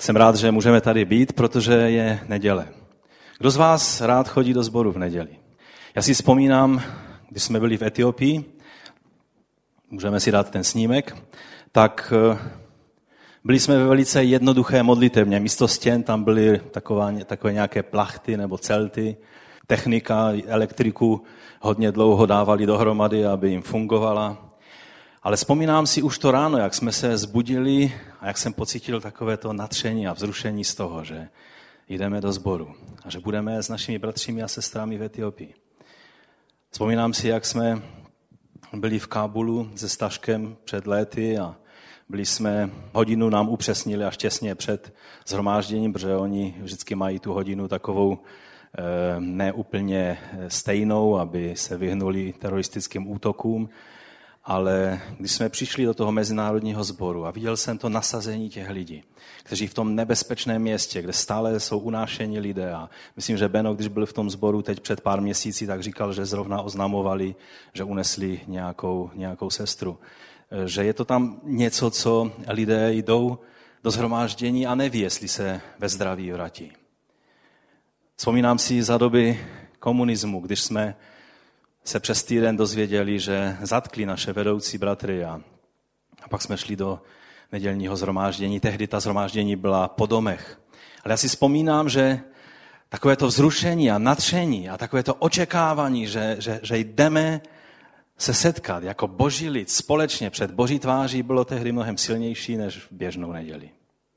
Jsem rád, že můžeme tady být, protože je neděle. Kdo z vás rád chodí do sboru v neděli? Já si vzpomínám, když jsme byli v Etiopii, můžeme si dát ten snímek, tak byli jsme ve velice jednoduché modlitevně. Místo stěn tam byly takové nějaké plachty nebo celty. Technika, elektriku hodně dlouho dávali dohromady, aby jim fungovala. Ale vzpomínám si už to ráno, jak jsme se zbudili a jak jsem pocítil takové to nadšení a vzrušení z toho, že jdeme do sboru a že budeme s našimi bratřími a sestrami v Etiopii. Vzpomínám si, jak jsme byli v Kábulu se Staškem před léty a byli jsme, hodinu nám upřesnili až těsně před shromážděním, protože oni vždycky mají tu hodinu takovou neúplně stejnou, aby se vyhnuli teroristickým útokům. Ale když jsme přišli do toho mezinárodního sboru a viděl jsem to nasazení těch lidí, kteří v tom nebezpečném městě, kde stále jsou unášeni lidé, a myslím, že Beno, když byl v tom sboru teď před pár měsíci, tak říkal, že zrovna oznamovali, že unesli nějakou sestru. Že je to tam něco, co lidé jdou do shromáždění a neví, jestli se ve zdraví vrátí. Vzpomínám si za doby komunismu, když jsme se přes týden dozvěděli, že zatkli naše vedoucí bratry a pak jsme šli do nedělního shromáždění. Tehdy ta shromáždění byla po domech. Ale já si vzpomínám, že takové to vzrušení a nadšení a takové to očekávání, že jdeme se setkat jako boží lid společně před boží tváří, bylo tehdy mnohem silnější než v běžnou neděli.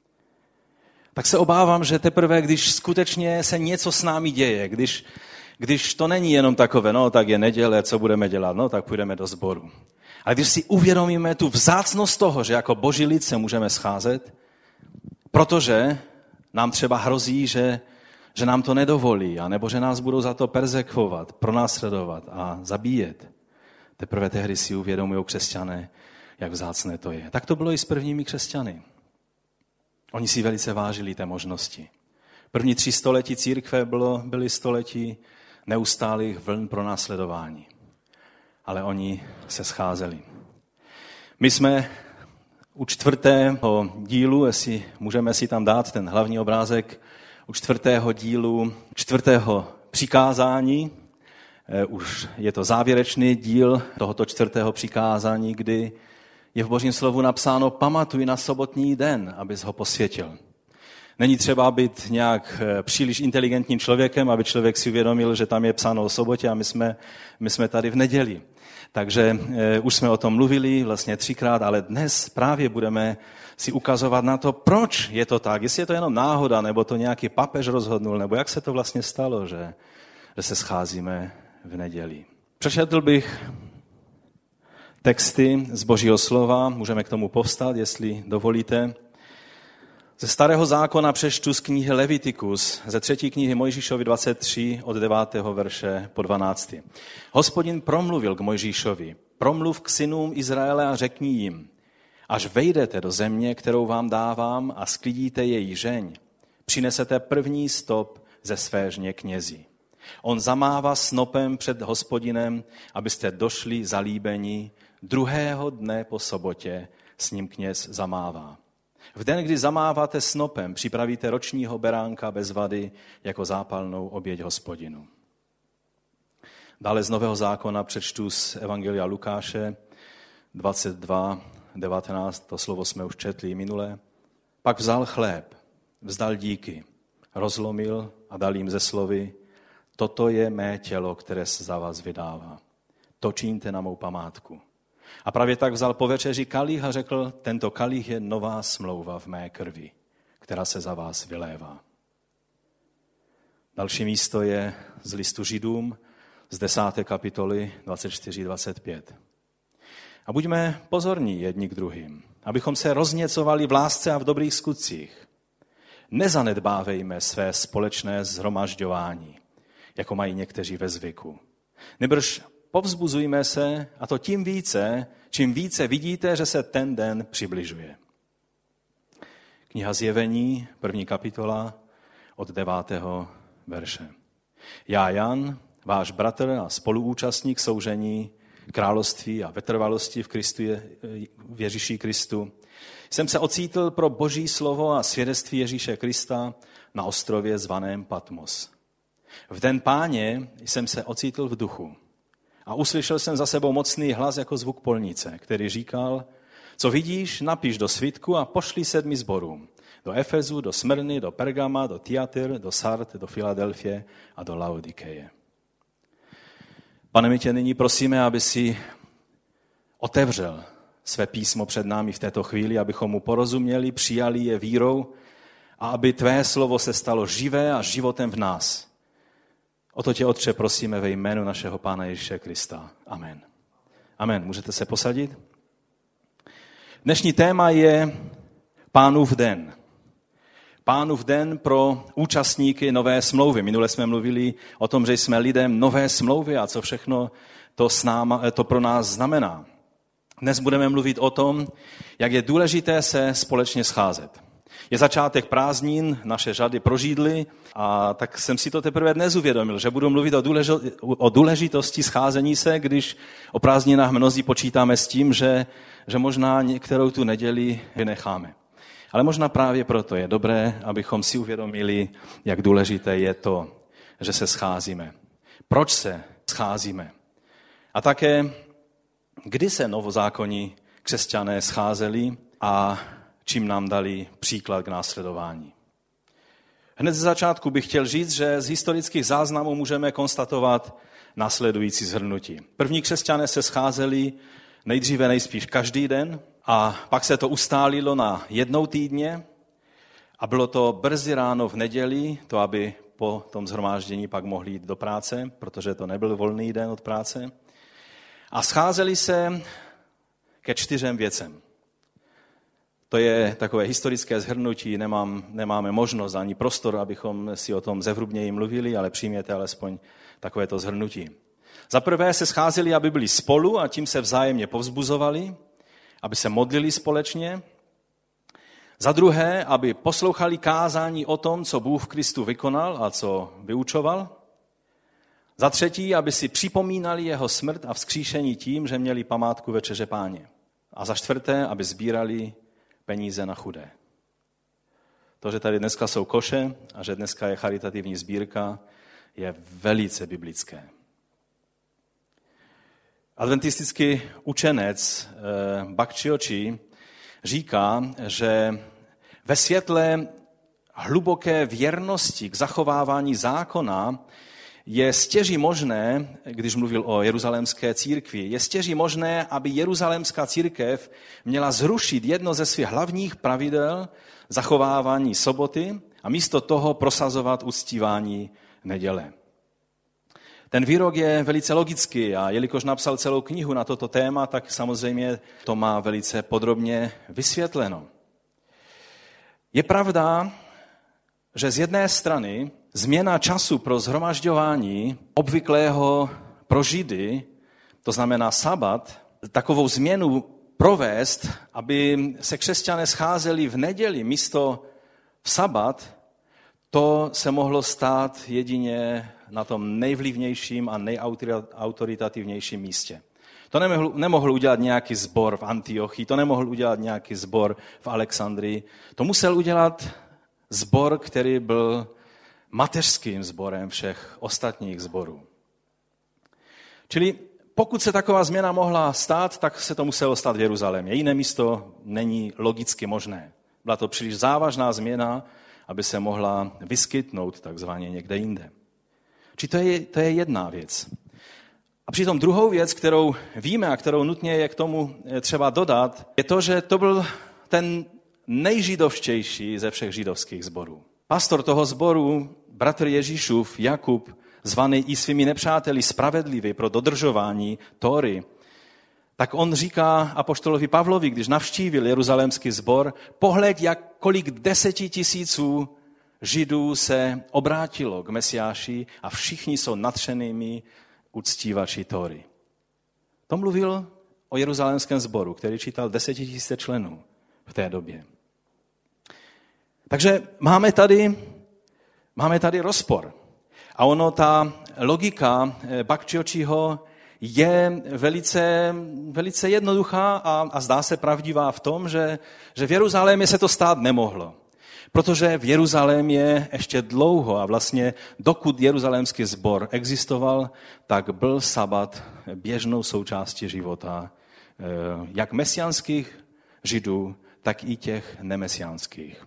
Tak se obávám, že teprve, když skutečně se něco s námi děje, když to není jenom takové, no tak je neděle, co budeme dělat, no tak půjdeme do sboru. Ale když si uvědomíme tu vzácnost toho, že jako boží lid se můžeme scházet, protože nám třeba hrozí, že nám to nedovolí, anebo že nás budou za to perzekvovat, pronásledovat a zabíjet. Teprve tehdy si uvědomují křesťané, jak vzácné to je. Tak to bylo i s prvními křesťany. Oni si velice vážili té možnosti. První 3 století církve byly století neustálých vln pronásledování. Ale oni se scházeli. My jsme u 4. dílu, jestli můžeme si tam dát ten hlavní obrázek, u 4. dílu 4. přikázání. Už je to závěrečný díl tohoto 4. přikázání, kdy je v Božím slovu napsáno: pamatuj na sobotní den, abys ho posvětil. Není třeba být nějak příliš inteligentním člověkem, aby člověk si uvědomil, že tam je psáno o sobotě a my jsme tady v neděli. Takže už jsme o tom mluvili vlastně 3krát, ale dnes právě budeme si ukazovat na to, proč je to tak. Jestli je to jenom náhoda, nebo to nějaký papež rozhodnul, nebo jak se to vlastně stalo, že se scházíme v neděli. Přečetl bych texty z Božího slova, můžeme k tomu povstat, jestli dovolíte. Ze Starého zákona přečtu z knihy Levitikus, ze 3. knihy Mojžíšovi 23 od 9. verše po 12. Hospodin promluvil k Mojžíšovi: promluv k synům Izraele a řekni jim: až vejdete do země, kterou vám dávám, a sklidíte její žeň, přinesete první stop ze své žně knězi. On zamává snopem před Hospodinem, abyste došli zalíbení, 2. dne po sobotě s ním kněz zamává. V den, kdy zamáváte snopem, připravíte ročního beránka bez vady jako zápalnou oběť Hospodinu. Dále z Nového zákona přečtu z Evangelia Lukáše 22:19, to slovo jsme už četli minule. Pak vzal chléb, vzdal díky, rozlomil a dal jim ze slovy: toto je mé tělo, které se za vás vydává. To čiňte na mou památku. A právě tak vzal po večeři kalich a řekl: tento kalich je nová smlouva v mé krvi, která se za vás vylévá. Další místo je z listu Židům z 10. kapitoly 24-25. A buďme pozorní jedni k druhým, abychom se rozněcovali v lásce a v dobrých skutcích. Nezanedbávejme své společné shromažďování, jako mají někteří ve zvyku. Nýbrž povzbuzujme se, a to tím více, čím více vidíte, že se ten den přibližuje. Kniha Zjevení, 1. kapitola, od 9. verše. Já, Jan, váš bratr a spoluúčastník soužení, království a vytrvalosti v Ježíši Kristu. Jsem se ocítl pro Boží slovo a svědectví Ježíše Krista na ostrově zvaném Patmos. V den Páně jsem se ocítl v duchu a uslyšel jsem za sebou mocný hlas jako zvuk polnice, který říkal: co vidíš, napiš do svitku a pošli 7 sborům. Do Efezu, do Smyrny, do Pergama, do Tiatyr, do Sard, do Filadelfie a do Laodikeje. Pane, my tě nyní prosíme, aby si otevřel své písmo před námi v této chvíli, abychom mu porozuměli, přijali je vírou a aby tvé slovo se stalo živé a životem v nás. O to tě, Otče, prosíme ve jménu našeho Pána Ježíše Krista. Amen. Amen. Můžete se posadit? Dnešní téma je Pánův den. Pánův den pro účastníky nové smlouvy. Minule jsme mluvili o tom, že jsme lidem nové smlouvy a co všechno to pro nás znamená. Dnes budeme mluvit o tom, jak je důležité se společně scházet. Je začátek prázdnin, naše řady prožídly a tak jsem si to teprve dnes uvědomil, že budu mluvit o důležitosti scházení se, když o prázdninách mnozí počítáme s tím, že možná některou tu neděli vynecháme. Ale možná právě proto je dobré, abychom si uvědomili, jak důležité je to, že se scházíme. Proč se scházíme? A také, kdy se novozákonní křesťané scházeli a čím nám dali příklad k následování. Hned ze začátku bych chtěl říct, že z historických záznamů můžeme konstatovat následující shrnutí. První křesťané se scházeli nejdříve nejspíš každý den a pak se to ustálilo na 1 týdně a bylo to brzy ráno v neděli, to aby po tom shromáždění pak mohli jít do práce, protože to nebyl volný den od práce. A scházeli se ke 4 věcem. To je takové historické shrnutí, nemáme možnost ani prostor, abychom si o tom zevrubněji mluvili, ale přijměte alespoň takovéto shrnutí. Za prvé se scházeli, aby byli spolu a tím se vzájemně povzbuzovali, aby se modlili společně. Za druhé, aby poslouchali kázání o tom, co Bůh v Kristu vykonal a co vyučoval. Za třetí, aby si připomínali jeho smrt a vzkříšení tím, že měli památku Večeře Páně. A za čtvrté, aby sbírali peníze na chudé. To, že tady dneska jsou koše a že dneska je charitativní sbírka, je velice biblické. Adventistický učenec Bak Chiochi říká, že ve světle hluboké věrnosti k zachovávání zákona je stěží možné, když mluvil o jeruzalémské církvi, je stěží možné, aby jeruzalémská církev měla zrušit jedno ze svých hlavních pravidel zachovávání soboty a místo toho prosazovat uctívání neděle. Ten výrok je velice logický a jelikož napsal celou knihu na toto téma, tak samozřejmě to má velice podrobně vysvětleno. Je pravda, že z jedné strany změna času pro shromažďování obvyklého pro Židy, to znamená sabat, takovou změnu provést, aby se křesťané scházeli v neděli místo v sabat, to se mohlo stát jedině na tom nejvlivnějším a nejautoritativnějším místě. To nemohl udělat nějaký sbor v Antiochii, to nemohl udělat nějaký sbor v Alexandrii, to musel udělat sbor, který byl mateřským sborem všech ostatních sborů. Čili pokud se taková změna mohla stát, tak se to muselo stát v Jeruzalémě. Jiné místo není logicky možné. Byla to příliš závažná změna, aby se mohla vyskytnout takzvaně někde jinde. Či to je jedna věc. A přitom druhou věc, kterou víme a kterou nutně je k tomu třeba dodat, je to, že to byl ten nejžidovštější ze všech židovských sborů. Pastor toho sboru, bratr Ježíšův, Jakub, zvaný i svými nepřáteli spravedlivý pro dodržování Tóry, tak on říká apoštolovi Pavlovi, když navštívil jeruzalémský sbor, pohleď, kolik 10 000 Židů se obrátilo k Mesiáši a všichni jsou nadšenými uctívači Tóry. To mluvil o jeruzalémském sboru, který čítal 10 000 členů v té době. Takže máme tady rozpor. A ta logika Bak Chiochiho je velice jednoduchá a zdá se pravdivá v tom, že v Jeruzalémě se to stát nemohlo. Protože v Jeruzalémě ještě dlouho a vlastně dokud jeruzalémský sbor existoval, tak byl sabat běžnou součástí života jak mesiánských Židů, tak i těch nemesiánských.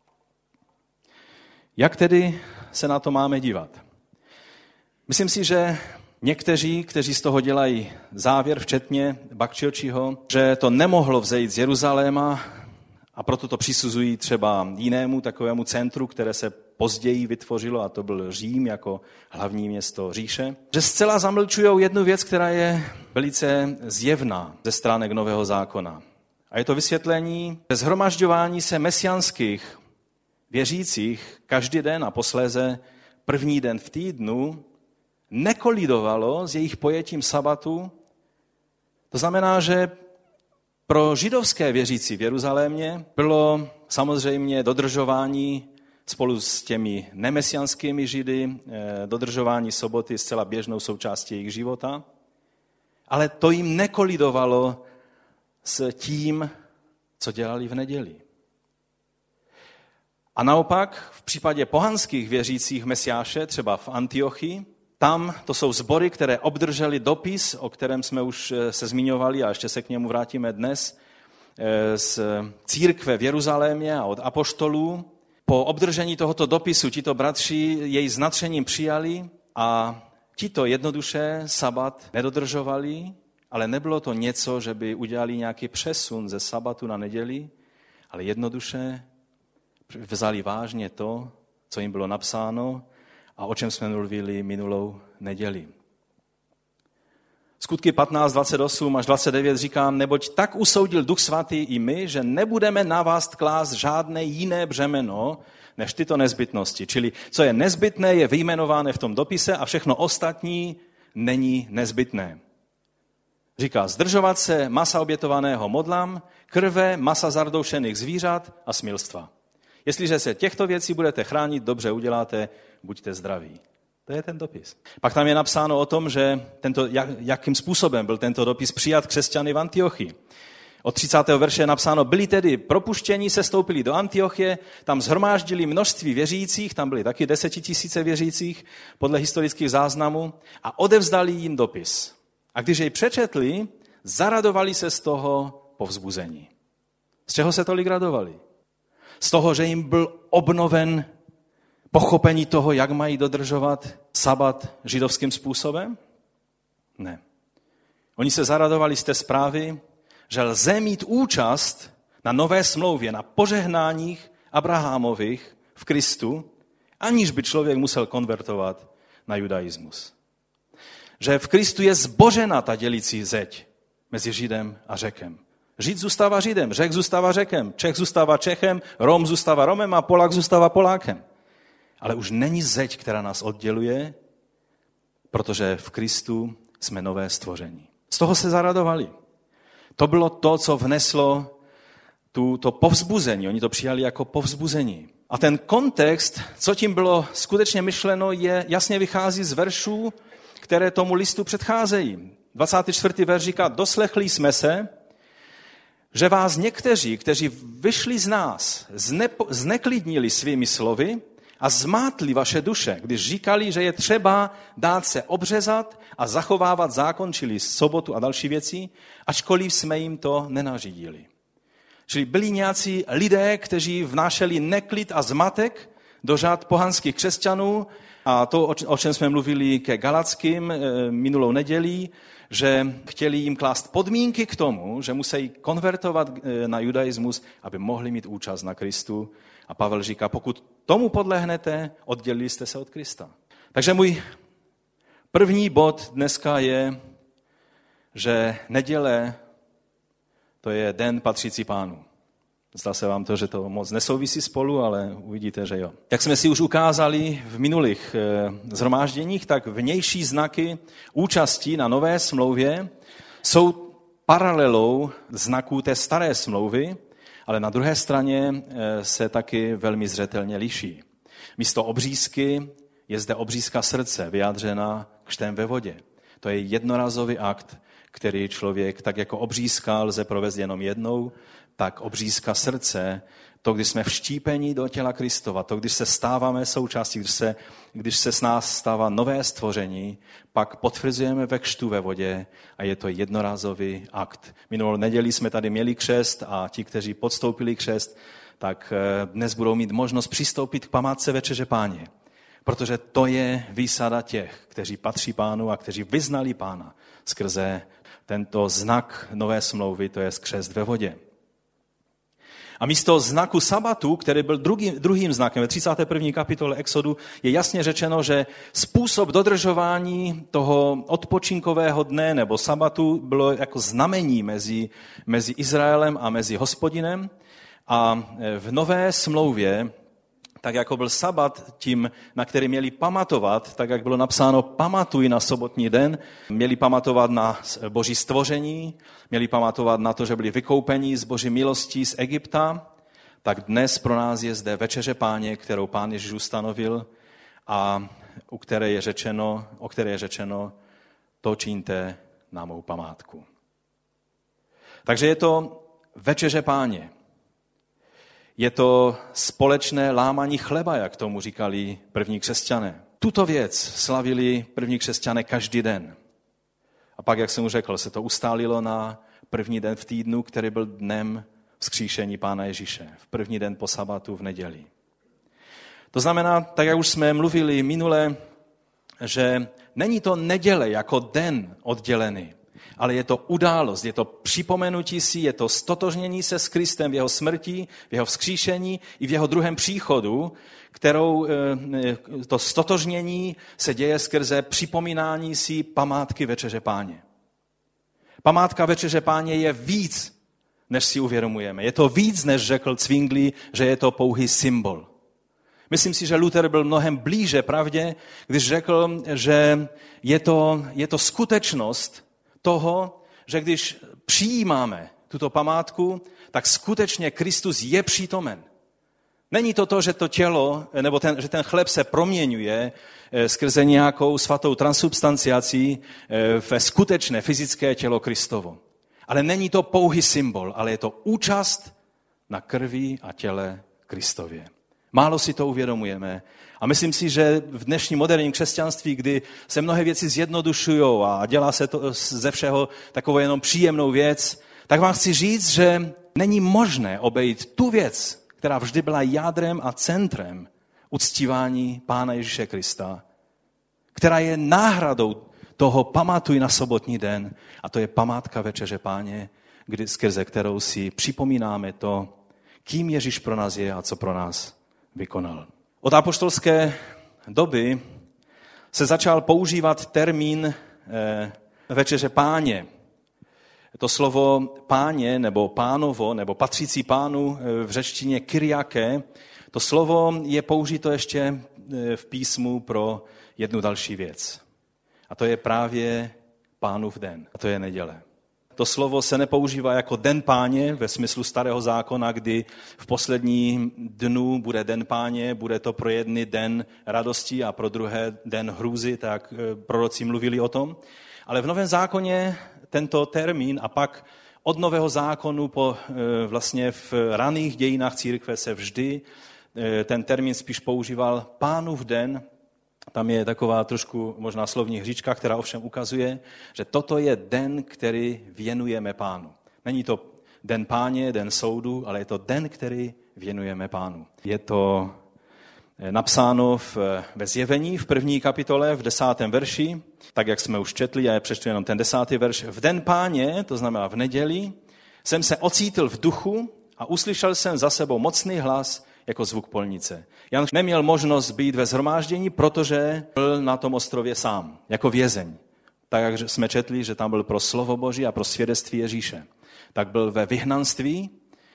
Jak tedy se na to máme dívat? Myslím si, že někteří, kteří z toho dělají závěr, včetně Bakčiočiho, že to nemohlo vzejít z Jeruzaléma a proto to přisuzují třeba jinému takovému centru, které se později vytvořilo, a to byl Řím jako hlavní město říše, že zcela zamlčují jednu věc, která je velice zjevná ze stránek Nového zákona. A je to vysvětlení, že shromažďování se mesiánských věřících každý den a posléze první den v týdnu nekolidovalo s jejich pojetím sabatu. To znamená, že pro židovské věřící v Jeruzalémě bylo samozřejmě dodržování spolu s těmi nemesiánskými Židy, dodržování soboty zcela běžnou součástí jejich života, ale to jim nekolidovalo s tím, co dělali v neděli. A naopak v případě pohanských věřících Mesiáše, třeba v Antiochii, tam to jsou sbory, které obdrželi dopis, o kterém jsme už se zmiňovali a ještě se k němu vrátíme dnes, z církve v Jeruzalémě a od apoštolů. Po obdržení tohoto dopisu tito bratři jej s nadšením přijali a tito jednoduše sabat nedodržovali, ale nebylo to něco, že by udělali nějaký přesun ze sabatu na neděli, ale jednoduše vzali vážně to, co jim bylo napsáno a o čem jsme mluvili minulou neděli. Skutky 15, 28 až 29 říkám, neboť tak usoudil Duch Svatý i my, že nebudeme na vás klást žádné jiné břemeno, než tyto nezbytnosti. Čili co je nezbytné, je vyjmenované v tom dopise a všechno ostatní není nezbytné. Říká, zdržovat se masa obětovaného modlám, krve, masa zardoušených zvířat a smilstva. Jestliže se těchto věcí budete chránit, dobře uděláte, buďte zdraví. To je ten dopis. Pak tam je napsáno o tom, že jakým způsobem byl tento dopis přijat křesťany v Antiochii. Od 30. verše je napsáno, byli tedy propuštěni, sestoupili do Antiochie, tam shromáždili množství věřících, tam byly taky 10 000 věřících podle historických záznamů a odevzdali jim dopis. A když jej přečetli, zaradovali se z toho povzbuzení. Z čeho se tolik radovali? Z toho, že jim byl obnoven pochopení toho, jak mají dodržovat sabat židovským způsobem? Ne. Oni se zaradovali z té zprávy, že lze mít účast na nové smlouvě, na požehnáních Abrahamových v Kristu, aniž by člověk musel konvertovat na judaismus. Že v Kristu je zbořena ta dělící zeď mezi Židem a Řekem. Žid zůstává Židem, Řek zůstává Řekem, Čech zůstává Čechem, Rom zůstává Romem a Polák zůstává Polákem. Ale už není zeď, která nás odděluje, protože v Kristu jsme nové stvoření. Z toho se zaradovali. To bylo to, co vneslo to povzbuzení. Oni to přijali jako povzbuzení. A ten kontext, co tím bylo skutečně myšleno, jasně vychází z veršů, které tomu listu předcházejí. 24. verš říká, doslechli jsme se, že vás někteří, kteří vyšli z nás, zneklidnili svými slovy a zmátli vaše duše, když říkali, že je třeba dát se obřezat a zachovávat zákon, čili sobotu a další věci, ačkoliv jsme jim to nenařídili. Čili byli nějací lidé, kteří vnášeli neklid a zmatek do řád pohanských křesťanů a to, o čem jsme mluvili ke Galackým minulou nedělí, že chtěli jim klást podmínky k tomu, že musí konvertovat na judaismus, aby mohli mít účast na Kristu. A Pavel říká, pokud tomu podlehnete, oddělili jste se od Krista. Takže můj první bod dneska je, že neděle to je den patřící Pánu. Zdá se vám to, že to moc nesouvisí spolu, ale uvidíte, že jo. Jak jsme si už ukázali v minulých shromážděních, tak vnější znaky účasti na nové smlouvě jsou paralelou znaků té staré smlouvy, ale na druhé straně se taky velmi zřetelně liší. Místo obřízky je zde obřízka srdce, vyjádřena křtem ve vodě. To je jednorázový akt, který člověk, tak jako obřízka lze provést jenom jednou, tak obřízka srdce, to, když jsme vštípeni do těla Kristova, to, když se stáváme součástí, když se s nás stává nové stvoření, pak potvrzujeme ve křtu ve vodě a je to jednorázový akt. Minulou neděli jsme tady měli křest a ti, kteří podstoupili křest, tak dnes budou mít možnost přistoupit k památce Večeře Páně. Protože to je výsada těch, kteří patří Pánu a kteří vyznali Pána skrze tento znak nové smlouvy, to je křest ve vodě. A místo znaku sabatu, který byl druhým znakem ve 31. kapitole Exodu, je jasně řečeno, že způsob dodržování toho odpočinkového dne nebo sabatu bylo jako znamení mezi Izraelem a mezi Hospodinem. A v nové smlouvě, tak jako byl sabat tím, na který měli pamatovat, tak jak bylo napsáno, pamatuj na sobotní den, měli pamatovat na Boží stvoření, měli pamatovat na to, že byli vykoupeni z Boží milostí z Egypta, tak dnes pro nás je zde Večeře Páně, kterou Pán Ježíš ustanovil a o které je řečeno, to čiňte na mou památku. Takže je to Večeře Páně. Je to společné lámaní chleba, jak tomu říkali první křesťané. Tuto věc slavili první křesťané každý den. A pak, jak jsem už řekl, se to ustálilo na první den v týdnu, který byl dnem vzkříšení Pána Ježíše. V první den po sabatu v neděli. To znamená, tak jak už jsme mluvili minule, že není to neděle jako den oddělený, ale je to událost, je to připomenutí si, je to stotožnění se s Kristem v jeho smrti, v jeho vzkříšení i v jeho druhém příchodu, kterou to stotožnění se děje skrze připomínání si památky Večeře Páně. Památka Večeře Páně je víc, než si uvědomujeme. Je to víc, než řekl Zwingli, že je to pouhý symbol. Myslím si, že Luther byl mnohem blíže pravdě, když řekl, že je to skutečnost toho, že když přijímáme tuto památku, tak skutečně Kristus je přítomen. Není to, že to tělo, nebo že ten chléb se proměňuje skrze nějakou svatou transubstanciací ve skutečné fyzické tělo Kristovo. Ale není to pouhý symbol, ale je to účast na krvi a těle Kristově. Málo si to uvědomujeme. A myslím si, že v dnešním moderním křesťanství, kdy se mnohé věci zjednodušují a dělá se to ze všeho takovou jenom příjemnou věc, tak vám chci říct, že není možné obejít tu věc, která vždy byla jádrem a centrem uctívání Pána Ježíše Krista, která je náhradou toho pamatuj na sobotní den, a to je památka Večeře Páně, skrze kterou si připomínáme to, kým Ježíš pro nás je a co pro nás vykonal. Od apoštolské doby se začal používat termín Večeře Páně. To slovo páně nebo pánovo nebo patřící pánu v řečtině kyriake, to slovo je použito ještě v písmu pro jednu další věc. A to je právě Pánův den. A to je neděle. To slovo se nepoužívá jako den Páně ve smyslu Starého zákona, kdy v posledním dnu bude den Páně, bude to pro jedny den radosti a pro druhé den hrůzy, tak proroci mluvili o tom. Ale v Novém zákoně tento termín a pak od Nového zákonu vlastně v raných dějinách církve se vždy ten termín spíš používal Pánův den. Tam je taková trošku možná slovní hříčka, která ovšem ukazuje, že toto je den, který věnujeme Pánu. Není to den Páně, den soudu, ale je to den, který věnujeme Pánu. Je to napsáno ve Zjevení v 1. kapitole v 10. verši, tak jak jsme už četli, já přečtu jenom ten 10. verš. V den Páně, to znamená v neděli, jsem se ocítil v duchu a uslyšel jsem za sebou mocný hlas jako zvuk polnice. Jan neměl možnost být ve shromáždění, protože byl na tom ostrově sám, jako vězeň. Tak jak jsme četli, že tam byl pro slovo Boží a pro svědectví Ježíše. Tak byl ve vyhnanství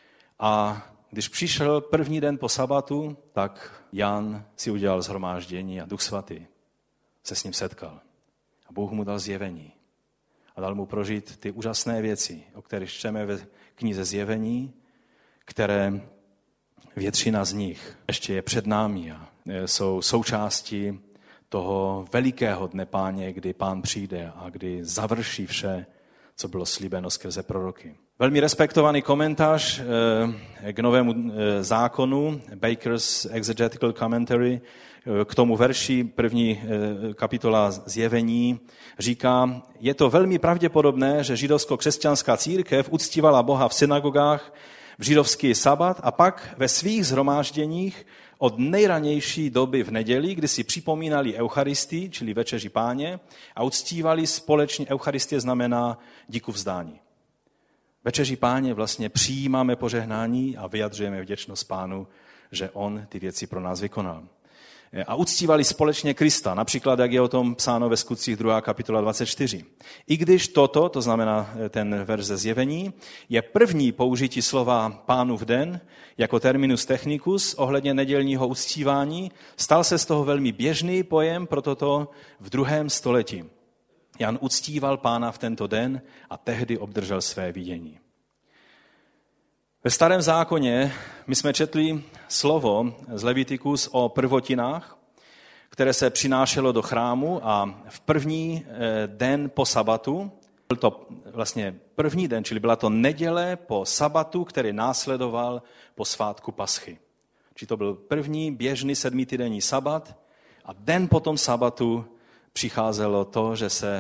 a když přišel první den po sabatu, tak Jan si udělal shromáždění a Duch Svatý se s ním setkal. A Bůh mu dal zjevení. A dal mu prožít ty úžasné věci, o kterých čteme ve knize Zjevení, které většina z nich ještě je před námi a jsou součástí toho velikého dne Páně, kdy Pán přijde a kdy završí vše, co bylo slíbeno skrze proroky. Velmi respektovaný komentář k Novému zákonu, Baker's Exegetical Commentary, k tomu verši 1. kapitola Zjevení, říká, je to velmi pravděpodobné, že židovsko-křesťanská církev uctívala Boha v synagogách v židovský sabat a pak ve svých shromážděních od nejranější doby v neděli, kdy si připomínali Eucharistii, čili večeři Páně, a uctívali společně. Eucharistie znamená díku vzdání. Večeři Páně vlastně přijímáme požehnání a vyjadřujeme vděčnost Pánu, že on ty věci pro nás vykonal. A uctívali společně Krista, například, jak je o tom psáno ve Skutcích 2. kapitola 24. I když toto, to znamená ten verš ze Zjevení, je první použití slova Pánův den jako terminus technicus ohledně nedělního uctívání, stal se z toho velmi běžný pojem pro toto v 2. století. Jan uctíval Pána v tento den a tehdy obdržel své vidění. Ve Starém zákoně my jsme četli slovo z Levitikus o prvotinách, které se přinášelo do chrámu a v první den po sabatu, byl to vlastně první den, čili byla to neděle po sabatu, který následoval po svátku Paschy. Čili to byl první běžný 7týdenní sabat a den po tom sabatu přicházelo to,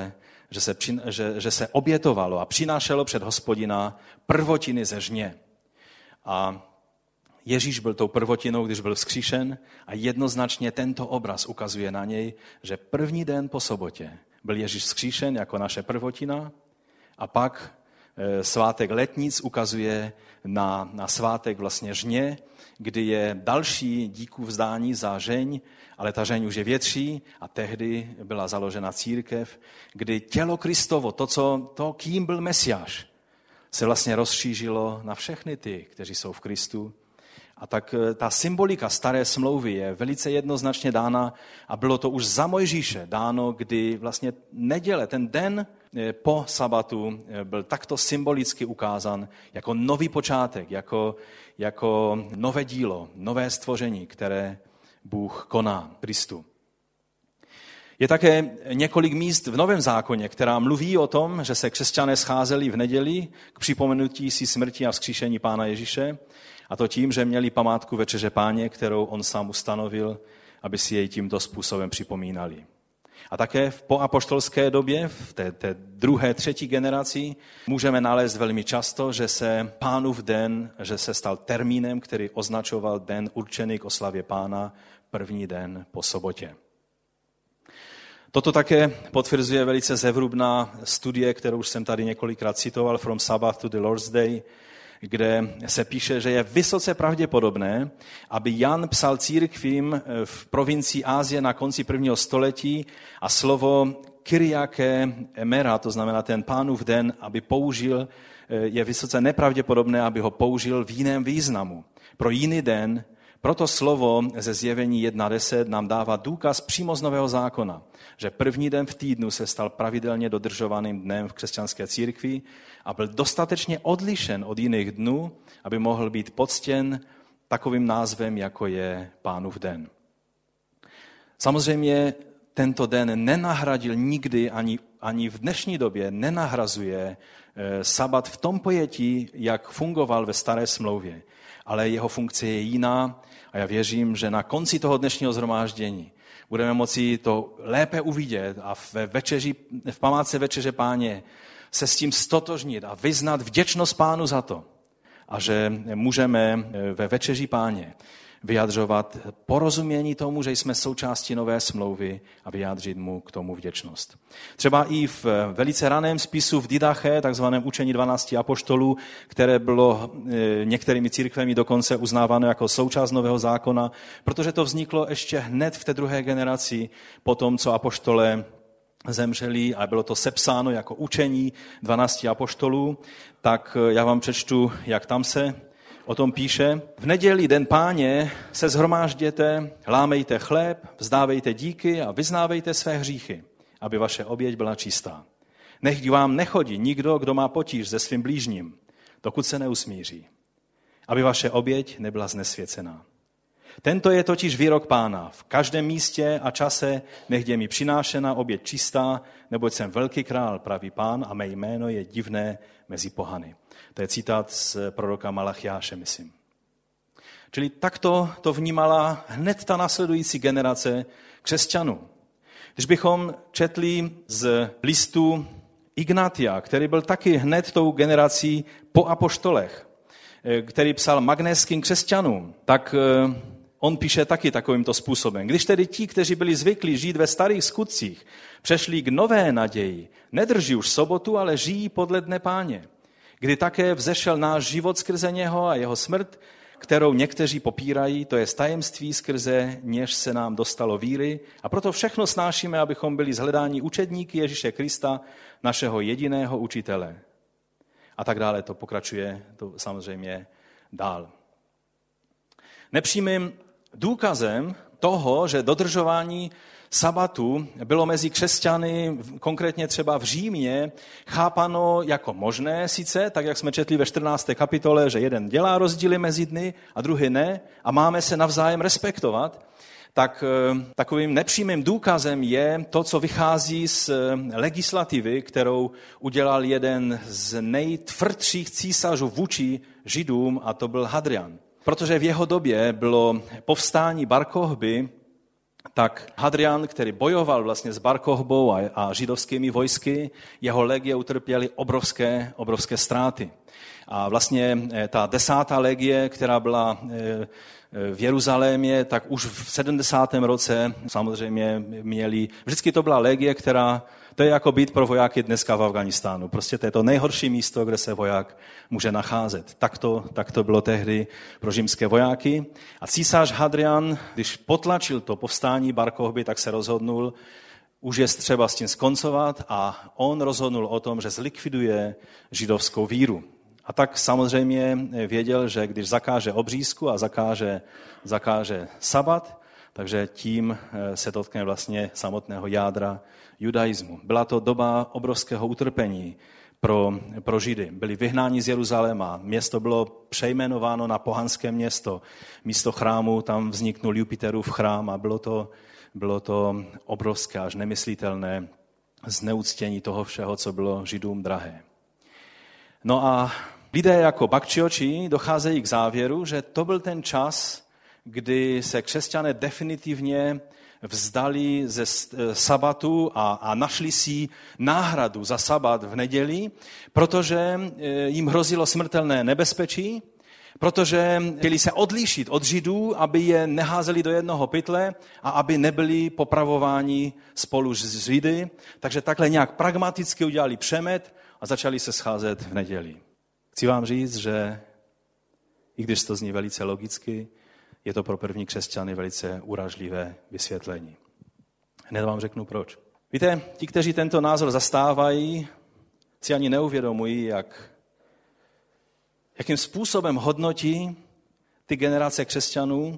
že se obětovalo a přinášelo před Hospodina prvotiny ze žně. A Ježíš byl tou prvotinou, když byl vzkříšen a jednoznačně tento obraz ukazuje na něj, že první den po sobotě byl Ježíš vzkříšen jako naše prvotina a pak svátek letnic ukazuje na svátek vlastně žně, kdy je další díku vzdání za žeň, ale ta žeň už je větší a tehdy byla založena církev, kdy tělo Kristovo, to kým byl Mesiáš, se vlastně rozšířilo na všechny ty, kteří jsou v Kristu. A tak ta symbolika staré smlouvy je velice jednoznačně dána a bylo to už za Mojžíše dáno, kdy vlastně neděle, ten den po sabatu byl takto symbolicky ukázán jako nový počátek, jako nové dílo, nové stvoření, které Bůh koná Kristu. Je také několik míst v Novém zákoně, která mluví o tom, že se křesťané scházeli v neděli k připomenutí si smrti a vzkříšení Pána Ježíše, a to tím, že měli památku večeře Páně, kterou on sám ustanovil, aby si jej tímto způsobem připomínali. A také po apoštolské době, v té druhé, třetí generaci, můžeme nalézt velmi často, že se Pánův den, že se stal termínem, který označoval den určený k oslavě Pána, první den po sobotě. Toto také potvrzuje velice zevrubná studie, kterou už jsem tady několikrát citoval, From Sabbath to the Lord's Day, kde se píše, že je vysoce pravděpodobné, aby Jan psal církvím v provincii Asie na konci 1. století a slovo Kyriake Emera, to znamená ten Pánův den, aby použil, je vysoce nepravděpodobné, aby ho použil v jiném významu. Pro jiný den, proto slovo ze Zjevení 1.10 nám dává důkaz přímo z Nového zákona, že první den v týdnu se stal pravidelně dodržovaným dnem v křesťanské církvi a byl dostatečně odlišen od jiných dnů, aby mohl být poctěn takovým názvem, jako je Pánův den. Samozřejmě tento den nenahradil nikdy, ani v dnešní době nenahrazuje sabat v tom pojetí, jak fungoval ve staré smlouvě. Ale jeho funkce je jiná a já věřím, že na konci toho dnešního shromáždění budeme moci to lépe uvidět a v památce večeře Páně se s tím stotožnit a vyznat vděčnost Pánu za to. A že můžeme ve večeři Páně vyjadřovat porozumění tomu, že jsme součástí nové smlouvy a vyjádřit mu k tomu vděčnost. Třeba i v velice raném spisu v Didache, takzvaném učení 12 apoštolů, které bylo některými církvemi dokonce uznáváno jako součást Nového zákona, protože to vzniklo ještě hned v té druhé generaci po tom, co apoštole zemřeli a bylo to sepsáno jako učení 12 apoštolů, tak já vám přečtu, jak tam se o tom píše. V neděli den Páně se shromážděte, lámejte chléb, vzdávejte díky a vyznávejte své hříchy, aby vaše oběť byla čistá. Nechť vám nechodí nikdo, kdo má potíž se svým blížním, dokud se neusmíří, aby vaše oběť nebyla znesvěcená. Tento je totiž výrok Pána. V každém místě a čase nech je mi přinášena oběť čistá, neboť jsem velký král, praví Pán, a mé jméno je divné mezi pohany. To je citát z proroka Malachiáše, myslím. Čili takto to vnímala hned ta následující generace křesťanů. Když bychom četli z listu Ignatia, který byl taky hned tou generací po apoštolech, který psal magnéským křesťanům, tak on píše taky takovýmto způsobem. Když tedy ti, kteří byli zvyklí žít ve starých skutcích, přešli k nové naději, nedrží už sobotu, ale žijí podle dne Páně, kdy také vzešel náš život skrze něho a jeho smrt, kterou někteří popírají, to je tajemství, skrze něž se nám dostalo víry, a proto všechno snášíme, abychom byli zhledáni učedníky Ježíše Krista, našeho jediného učitele. A tak dále to pokračuje to samozřejmě dál. Nepřímým důkazem toho, že dodržování sabatu bylo mezi křesťany, konkrétně třeba v Římě, chápano jako možné sice, tak jak jsme četli ve 14. kapitole, že jeden dělá rozdíly mezi dny a druhý ne a máme se navzájem respektovat, tak takovým nepřímým důkazem je to, co vychází z legislativy, kterou udělal jeden z nejtvrdších císařů vůči Židům, a to byl Hadrian. Protože v jeho době bylo povstání Bar Kochby, tak Hadrian, který bojoval vlastně s Bar Kochbou a židovskými vojsky, jeho legie utrpěly obrovské ztráty. A vlastně ta 10. legie, která byla v Jeruzalémě, tak už v 70. roce samozřejmě měli, vždycky to byla legie, která, to je jako být pro vojáky dneska v Afghánistánu. Prostě to je to nejhorší místo, kde se voják může nacházet. Tak to bylo tehdy pro římské vojáky. A císař Hadrian, když potlačil to povstání Bar Kochby, tak se rozhodnul, už je třeba s tím skoncovat, a on rozhodnul o tom, že zlikviduje židovskou víru. A tak samozřejmě věděl, že když zakáže obřízku a zakáže sabat, takže tím se dotkne vlastně samotného jádra judaismu. Byla to doba obrovského utrpení pro Židy. Byli vyhnáni z Jeruzaléma, město bylo přejmenováno na pohanské město. Místo chrámu tam vzniknul Jupiterův chrám a bylo to obrovské, až nemyslitelné zneuctění toho všeho, co bylo Židům drahé. No a lidé jako Bakčioči docházejí k závěru, že to byl ten čas, kdy se křesťané definitivně vzdali ze sabatu a našli si náhradu za sabat v neděli, protože jim hrozilo smrtelné nebezpečí, protože chtěli se odlišit od Židů, aby je neházeli do jednoho pytle a aby nebyli popravováni spolu s Židy. Takže takhle nějak pragmaticky udělali přemet a začali se scházet v neděli. Chci vám říct, že i když to zní velice logicky, je to pro první křesťany velice urážlivé vysvětlení. Hned vám řeknu proč. Víte, ti, kteří tento názor zastávají, si ani neuvědomují, jakým způsobem hodnotí ty generace křesťanů,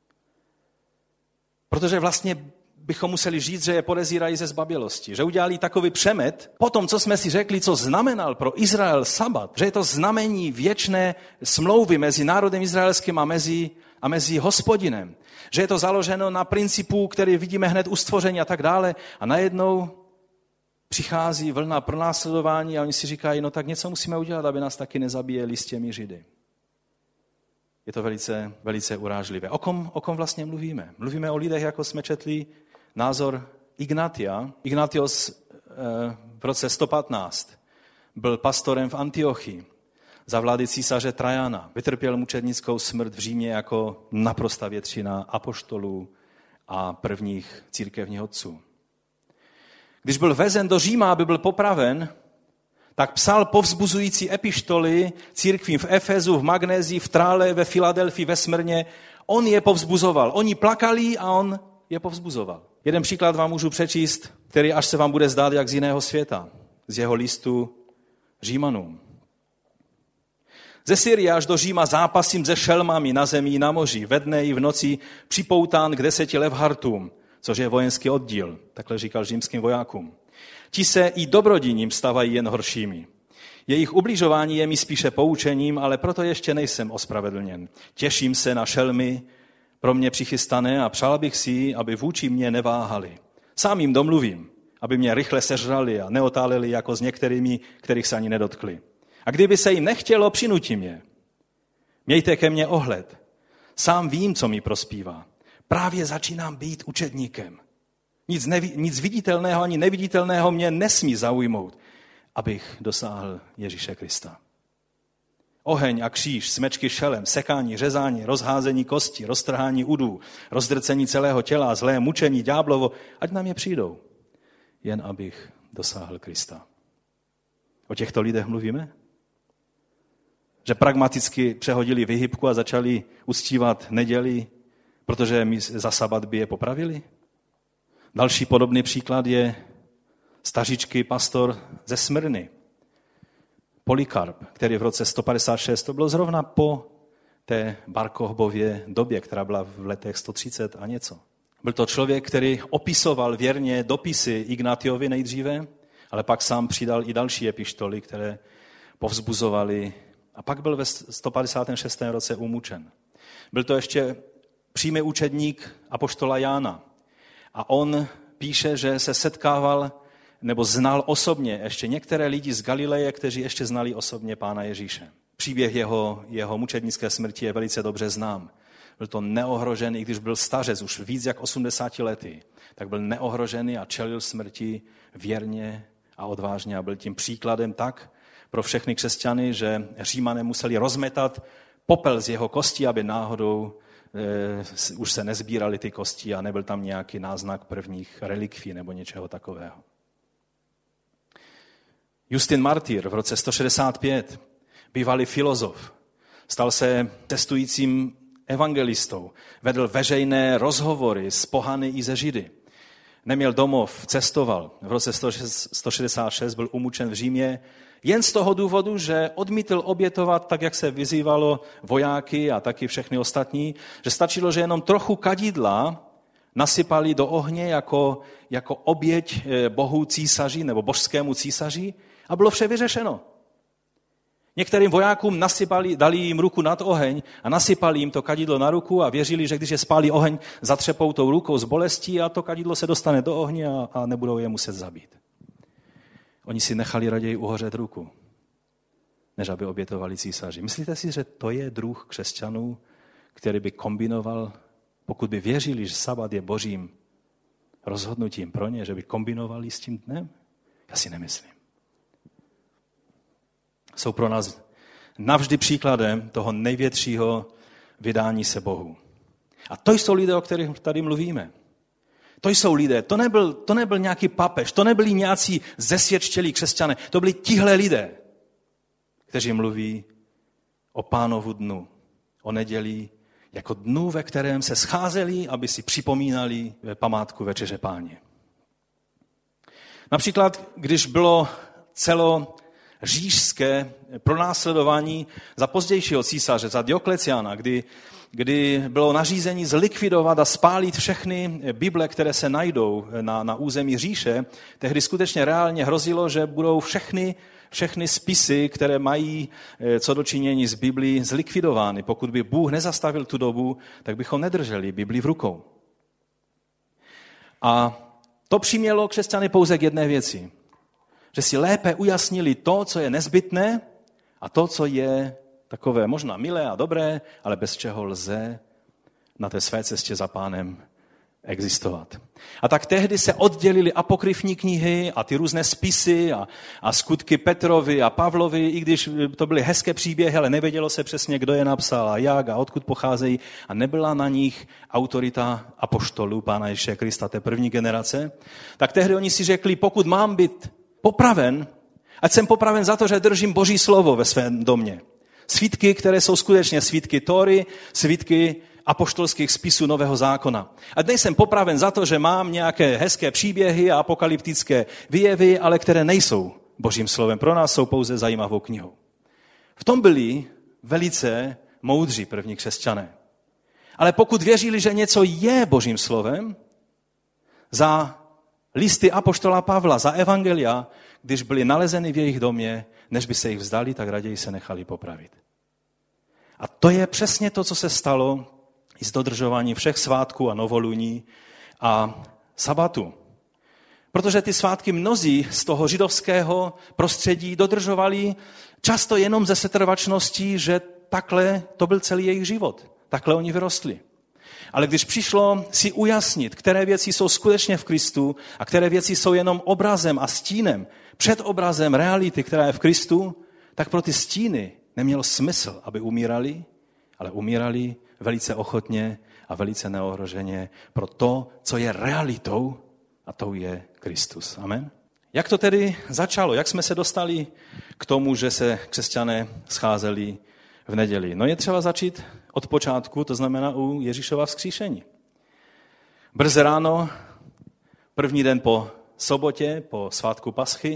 protože vlastně bychom museli říct, že je podezírají ze zbabělosti, že udělali takový přemet po tom, co jsme si řekli, co znamenal pro Izrael sabat, že je to znamení věčné smlouvy mezi národem izraelským a mezi Hospodinem, že je to založeno na principu, který vidíme hned u stvoření a tak dále, a najednou přichází vlna pronásledování a oni si říkají, no tak něco musíme udělat, aby nás taky nezabíjeli s těmi Židy. Je to velice, velice urážlivé. O kom vlastně mluvíme? Mluvíme o lidech, jako jsme četli názor Ignatia. Ignatios v roce 115 byl pastorem v Antiochii za vlády císaře Trajana. Vytrpěl mučednickou smrt v Římě jako naprostá většina apoštolů a prvních církevních otců. Když byl vezen do Říma, aby byl popraven, tak psal povzbuzující epištoly církvím v Efezu, v Magnézii, v Trále, ve Filadelfii, ve Smyrně. On je povzbuzoval. Oni plakali a on je povzbuzoval. Jeden příklad vám můžu přečíst, který až se vám bude zdát jak z jiného světa, z jeho listu Římanům. Ze Syrie až do Říma zápasím se šelmami na zemi i na moři, ve dne i v noci připoután k 10 levhartům, což je vojenský oddíl, takhle říkal římským vojákům. Ti se i dobrodiním stávají jen horšími. Jejich ubližování je mi spíše poučením, ale proto ještě nejsem ospravedlněn. Těším se na šelmy, pro mě přichystané a přál bych si, aby vůči mě neváhali. Sám jim domluvím, aby mě rychle sežrali a neotáleli jako s některými, kterých se ani nedotkli. A kdyby se jim nechtělo, přinutím je. Mějte ke mně ohled. Sám vím, co mi prospívá. Právě začínám být učedníkem. Nic viditelného ani neviditelného mě nesmí zaujmout, abych dosáhl Ježíše Krista. Oheň a kříž, smečky šelem, sekání, řezání, rozházení kosti, roztrhání udů, rozdrcení celého těla, zlé mučení, ďáblovo, ať na mě přijdou, jen abych dosáhl Krista. O těchto lidech mluvíme? Že pragmaticky přehodili vyhybku a začali uctívat neděli, protože my za sabat by je popravili? Další podobný příklad je stařičký pastor ze Smyrny, Polikarp, který v roce 156, to bylo zrovna po té Bar-Kochbově době, která byla v letech 130 a něco. Byl to člověk, který opisoval věrně dopisy Ignatiovi nejdříve, ale pak sám přidal i další epištoly, které povzbuzovaly, a pak byl ve 156. roce umučen. Byl to ještě přímý učedník apoštola Jána. A on píše, že se setkával nebo znal osobně ještě některé lidi z Galileje, kteří ještě znali osobně Pána Ježíše. Příběh jeho mučednické smrti je velice dobře znám. Byl to neohrožený, i když byl stařec, už víc jak 80 lety, tak byl neohrožený a čelil smrti věrně a odvážně a byl tím příkladem tak pro všechny křesťany, že Římané museli rozmetat popel z jeho kosti, aby náhodou už se nezbíraly ty kosti a nebyl tam nějaký náznak prvních relikví nebo něčeho takového. Justin Martyr v roce 165, bývalý filozof, stal se testujícím evangelistou, vedl veřejné rozhovory s pohany i ze Židy. Neměl domov, cestoval. V roce 166 byl umučen v Římě jen z toho důvodu, že odmítl obětovat, tak jak se vyzývalo vojáky a taky všechny ostatní, že stačilo, že jenom trochu kadidla nasypali do ohně jako oběť bohu císaři nebo božskému císaři a bylo vše vyřešeno. Některým vojákům dali jim ruku nad oheň a nasypali jim to kadidlo na ruku a věřili, že když je spálí oheň, zatřepou tou rukou z bolestí a to kadidlo se dostane do ohně a nebudou je muset zabít. Oni si nechali raději uhořet ruku, než aby obětovali císaři. Myslíte si, že to je druh křesťanů, který by kombinoval, pokud by věřili, že sabat je božím rozhodnutím pro ně, že by kombinovali s tím dnem? Já si nemyslím. Jsou pro nás navždy příkladem toho největšího vydání se Bohu. A to jsou lidé, o kterých tady mluvíme. To jsou lidé, to nebyl nějaký papež, to nebyli nějací zesvědčilí křesťané, to byli tihle lidé, kteří mluví o Pánovu dnu, o neděli, jako dnu, ve kterém se scházeli, aby si připomínali památku Večeře Páně. Například, když bylo celoříšské pronásledování za pozdějšího císaře, za Diokleciána, kdy bylo nařízení zlikvidovat a spálit všechny Bible, které se najdou na území říše, tehdy skutečně reálně hrozilo, že budou všechny spisy, které mají co dočinění s Biblí, zlikvidovány. Pokud by Bůh nezastavil tu dobu, tak bychom nedrželi Bibli v rukou. A to přimělo křesťany pouze k jedné věci. Že si lépe ujasnili to, co je nezbytné a to, co je takové možná milé a dobré, ale bez čeho lze na té své cestě za Pánem existovat. A tak tehdy se oddělily apokryfní knihy a ty různé spisy a skutky Petrovi a Pavlovi, i když to byly hezké příběhy, ale nevědělo se přesně, kdo je napsal a jak a odkud pocházejí a nebyla na nich autorita apoštolů Pána Ježíše Krista, té první generace, tak tehdy oni si řekli, pokud mám být popraven, ať jsem popraven za to, že držím Boží slovo ve svém domě. Svítky, které jsou skutečně svítky Tóry, svítky apoštolských spisů Nového zákona. A dnes jsem popraven za to, že mám nějaké hezké příběhy a apokalyptické výjevy, ale které nejsou Božím slovem. Pro nás jsou pouze zajímavou knihou. V tom byli velice moudří první křesťané. Ale pokud věřili, že něco je Božím slovem, za listy apoštola Pavla, za evangelia, když byly nalezeny v jejich domě, než by se jich vzdali, tak raději se nechali popravit. A to je přesně to, co se stalo i s dodržováním všech svátků a novoluní a sabatu. Protože ty svátky mnozí z toho židovského prostředí dodržovali často jenom ze setrvačností, že takhle to byl celý jejich život. Takhle oni vyrostli. Ale když přišlo si ujasnit, které věci jsou skutečně v Kristu a které věci jsou jenom obrazem a stínem, před obrazem reality, která je v Kristu, tak pro ty stíny nemělo smysl, aby umírali, ale umírali velice ochotně a velice neohroženě pro to, co je realitou, a tou je Kristus. Amen. Jak to tedy začalo? Jak jsme se dostali k tomu, že se křesťané scházeli v neděli? No je třeba začít od počátku, to znamená u Ježíšova vzkříšení. Brzy ráno, první den po sobotě, po svátku Paschy,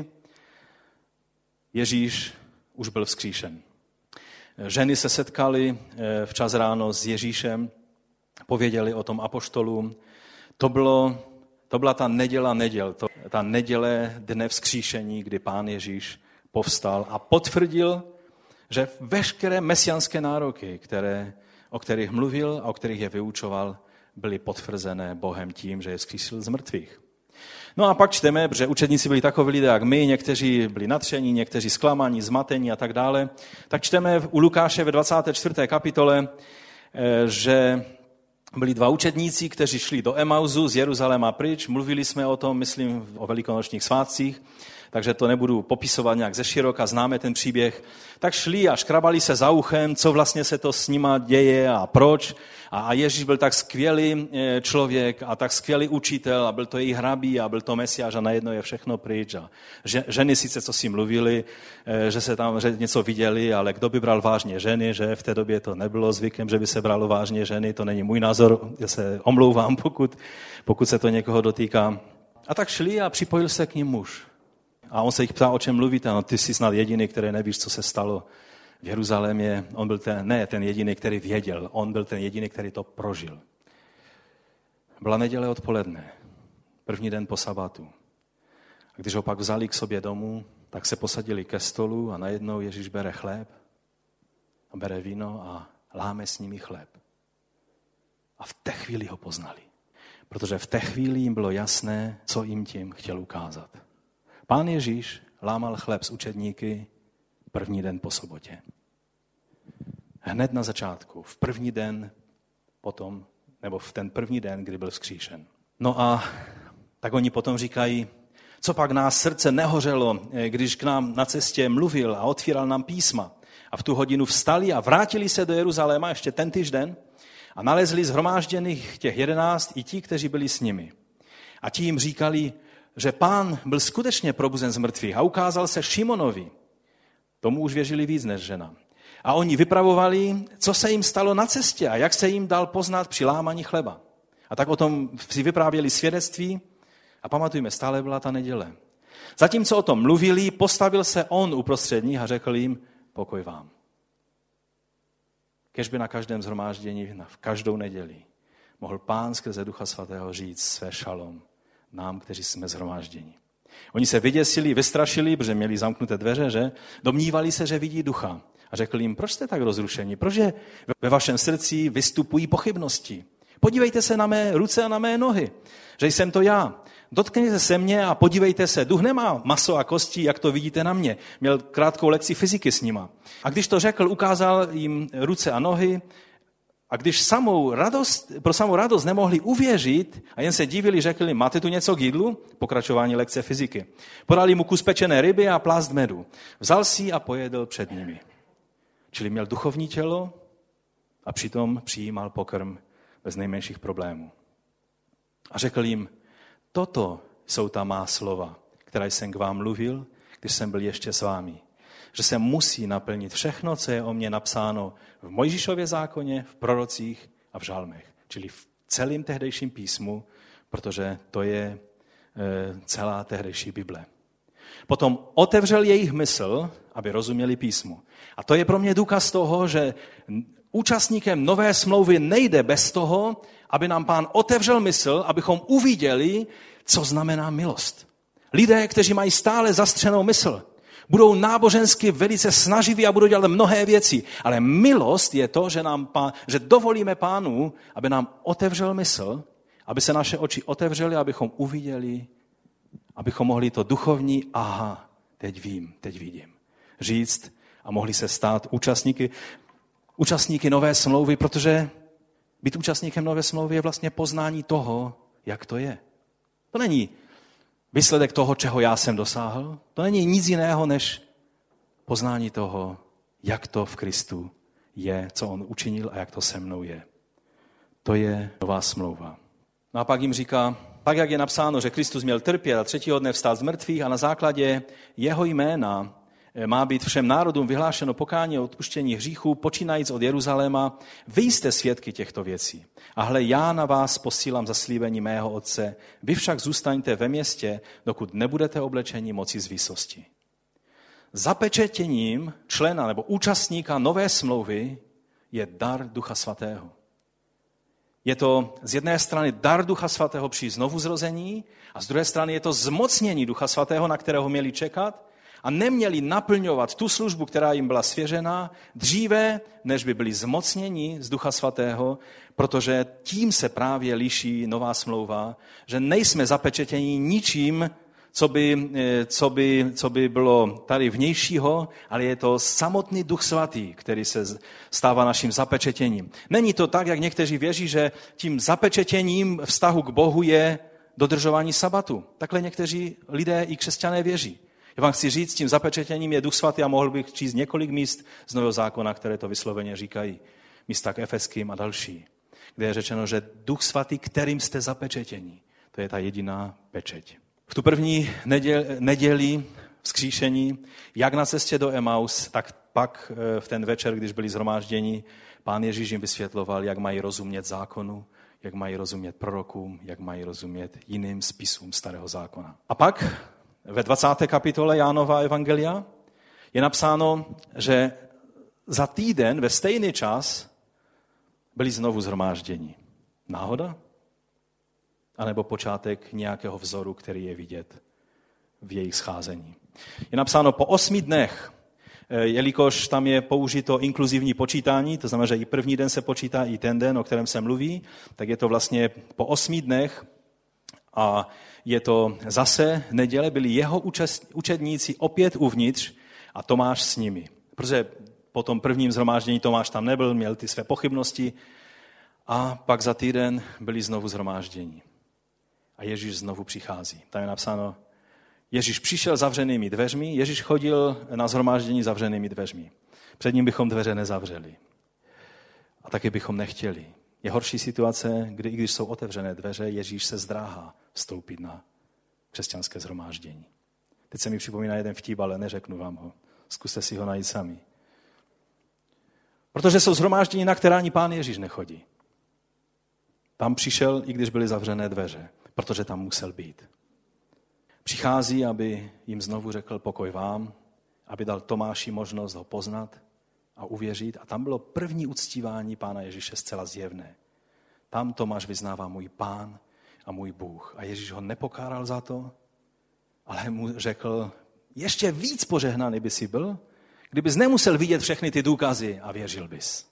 Ježíš už byl vzkříšen. Ženy se setkaly včas ráno s Ježíšem, pověděli o tom apoštolům. To byla ta neděle, ta neděle dne vzkříšení, kdy Pán Ježíš povstal a potvrdil, že veškeré mesiánské nároky, o kterých mluvil a o kterých je vyučoval, byly potvrzené Bohem tím, že je vzkřísil z mrtvých. No a pak čteme, že učedníci byli takoví lidé jak my, někteří byli nadšení, někteří zklamaní, zmatení a tak dále. Tak čteme u Lukáše ve 24. kapitole, že byli dva učedníci, kteří šli do Emausu z Jeruzaléma pryč. Mluvili jsme o tom, myslím, o velikonočních svátcích, takže to nebudu popisovat nějak ze široka, známe ten příběh. Tak šli a škrabali se za uchem, co vlastně se to s nima děje a proč. A Ježíš byl tak skvělý člověk a tak skvělý učitel a byl to jejich hrabí a byl to Mesiáš a najednou je všechno pryč. A ženy sice co si mluvili, že něco viděli, ale kdo by bral vážně ženy, že v té době to nebylo zvykem, že by se bralo vážně ženy, to není můj názor, já se omlouvám, pokud se to někoho dotýká. A tak šli a připojil se k ním muž. A on se jich ptá, o čem mluvíte. No, ty jsi snad jediný, který nevíš, co se stalo v Jeruzalémě. On byl ten jediný, který věděl. On byl ten jediný, který to prožil. Byla neděle odpoledne, první den po sabatu. A když ho pak vzali k sobě domů, tak se posadili ke stolu a najednou Ježíš bere chléb a bere víno a láme s nimi chléb. A v té chvíli ho poznali. Protože v té chvíli jim bylo jasné, co jim tím chtěl ukázat. Pán Ježíš lámal chléb s učedníky první den po sobotě. Hned na začátku, v první den potom, nebo v ten první den, kdy byl vzkříšen. No a tak oni potom říkají, co pak nás srdce nehořelo, když k nám na cestě mluvil a otvíral nám písma. A v tu hodinu vstali a vrátili se do Jeruzaléma ještě ten týžden a nalezli shromážděných těch 11 i ti, kteří byli s nimi. A ti jim říkali, že Pán byl skutečně probuzen z mrtvých a ukázal se Šimonovi. Tomu už věřili víc než žena. A oni vypravovali, co se jim stalo na cestě a jak se jim dal poznat při lámaní chleba. A tak o tom si vyprávěli svědectví a pamatujme, stále byla ta neděle. Zatímco o tom mluvili, postavil se on uprostřed nich a řekl jim, pokoj vám. Kéžby na každém shromáždění, v každou neděli, mohl Pán skrze Ducha Svatého říct své šalom nám, kteří jsme shromážděni. Oni se vyděsili, vystrašili, protože měli zamknuté dveře, že? Domnívali se, že vidí ducha. A řekl jim, proč jste tak rozrušení? Proč ve vašem srdci vystupují pochybnosti? Podívejte se na mé ruce a na mé nohy, že jsem to já. Dotkněte se mě a podívejte se. Duch nemá maso a kosti, jak to vidíte na mě. Měl krátkou lekci fyziky s nima. A když to řekl, ukázal jim ruce a nohy. A když pro samou radost nemohli uvěřit a jen se divili, řekli, máte tu něco k jídlu? Pokračování lekce fyziky. Podali mu kus pečené ryby a plást medu. Vzal si a pojedl před nimi. Čili měl duchovní tělo a přitom přijímal pokrm bez nejmenších problémů. A řekl jim, toto jsou ta má slova, která jsem k vám mluvil, když jsem byl ještě s vámi. Že se musí naplnit všechno, co je o mně napsáno v Mojžíšově zákoně, v prorocích a v žalmech. Čili v celém tehdejším písmu, protože to je celá tehdejší Bible. Potom otevřel jejich mysl, aby rozuměli písmu. A to je pro mě důkaz toho, že účastníkem nové smlouvy nejde bez toho, aby nám Pán otevřel mysl, abychom uviděli, co znamená milost. Lidé, kteří mají stále zastřenou mysl, Budou nábožensky velice snaživí a budou dělat mnohé věci. Ale milost je to, že dovolíme Pánu, aby nám otevřel mysl, aby se naše oči otevřely, abychom uviděli, abychom mohli to duchovní, aha, teď vím, teď vidím, říct a mohli se stát účastníky nové smlouvy, protože být účastníkem nové smlouvy je vlastně poznání toho, jak to je. To není výsledek toho, čeho já jsem dosáhl. To není nic jiného, než poznání toho, jak to v Kristu je, co on učinil a jak to se mnou je. To je nová smlouva. No a pak jim říká, tak jak je napsáno, že Kristus měl trpět a třetího dne vstát z mrtvých a na základě jeho jména má být všem národům vyhlášeno pokání a odpuštění hříchů, počínajíc od Jeruzaléma. Vy jste svědky těchto věcí. A hle, já na vás posílám zaslíbení mého Otce. Vy však zůstaňte ve městě, dokud nebudete oblečeni moci z výsosti. Zapečetěním člena nebo účastníka nové smlouvy je dar Ducha Svatého. Je to z jedné strany dar Ducha Svatého při znovuzrození a z druhé strany je to zmocnění Ducha Svatého, na kterého měli čekat a neměli naplňovat tu službu, která jim byla svěřena, dříve, než by byli zmocněni z Ducha Svatého, protože tím se právě liší nová smlouva, že nejsme zapečetěni ničím, co by bylo tady vnějšího, ale je to samotný Duch Svatý, který se stává naším zapečetěním. Není to tak, jak někteří věří, že tím zapečetěním vztahu k Bohu je dodržování sabatu. Takhle někteří lidé i křesťané věří. Já vám chci říct, tím zapečetěním je Duch Svatý a mohl bych číst několik míst z Nového zákona, které to vysloveně říkají. Místa k Efeským a další, kde je řečeno, že Duch Svatý, kterým jste zapečetěni, to je ta jediná pečeť. V tu první neděli vzkříšení, jak na cestě do Emaus, tak pak v ten večer, když byli shromážděni, Pán Ježíš jim vysvětloval, jak mají rozumět zákonu, jak mají rozumět prorokům, jak mají rozumět jiným spisům Starého zákona. A pak ve 20. kapitole Jánova evangelia je napsáno, že za týden ve stejný čas byli znovu shromážděni. Náhoda? A nebo počátek nějakého vzoru, který je vidět v jejich scházení. Je napsáno po 8 dnech, jelikož tam je použito inkluzivní počítání, to znamená, že i první den se počítá, i ten den, o kterém se mluví, tak je to vlastně po 8 dnech a je to zase neděle, byli jeho učedníci opět uvnitř a Tomáš s nimi. Protože po tom prvním shromáždění Tomáš tam nebyl, měl ty své pochybnosti a pak za týden byli znovu shromážděni. A Ježíš znovu přichází. Tam je napsáno, Ježíš přišel zavřenými dveřmi, Ježíš chodil na shromáždění zavřenými dveřmi. Před ním bychom dveře nezavřeli. A taky bychom nechtěli. Je horší situace, kdy i když jsou otevřené dveře, Ježíš se zdráhá vstoupit na křesťanské shromáždění. Teď se mi připomíná jeden vtip, ale neřeknu vám ho. Zkuste si ho najít sami. Protože jsou shromáždění, na která ani Pán Ježíš nechodí. Tam přišel, i když byly zavřené dveře, protože tam musel být. Přichází, aby jim znovu řekl pokoj vám, aby dal Tomáši možnost ho poznat a uvěřit. A tam bylo první uctívání Pána Ježíše zcela zjevné. Tam Tomáš vyznává můj Pán a můj Bůh. A Ježíš ho nepokáral za to, ale mu řekl, ještě víc požehnaný by si byl, kdybys nemusel vidět všechny ty důkazy a věřil bys.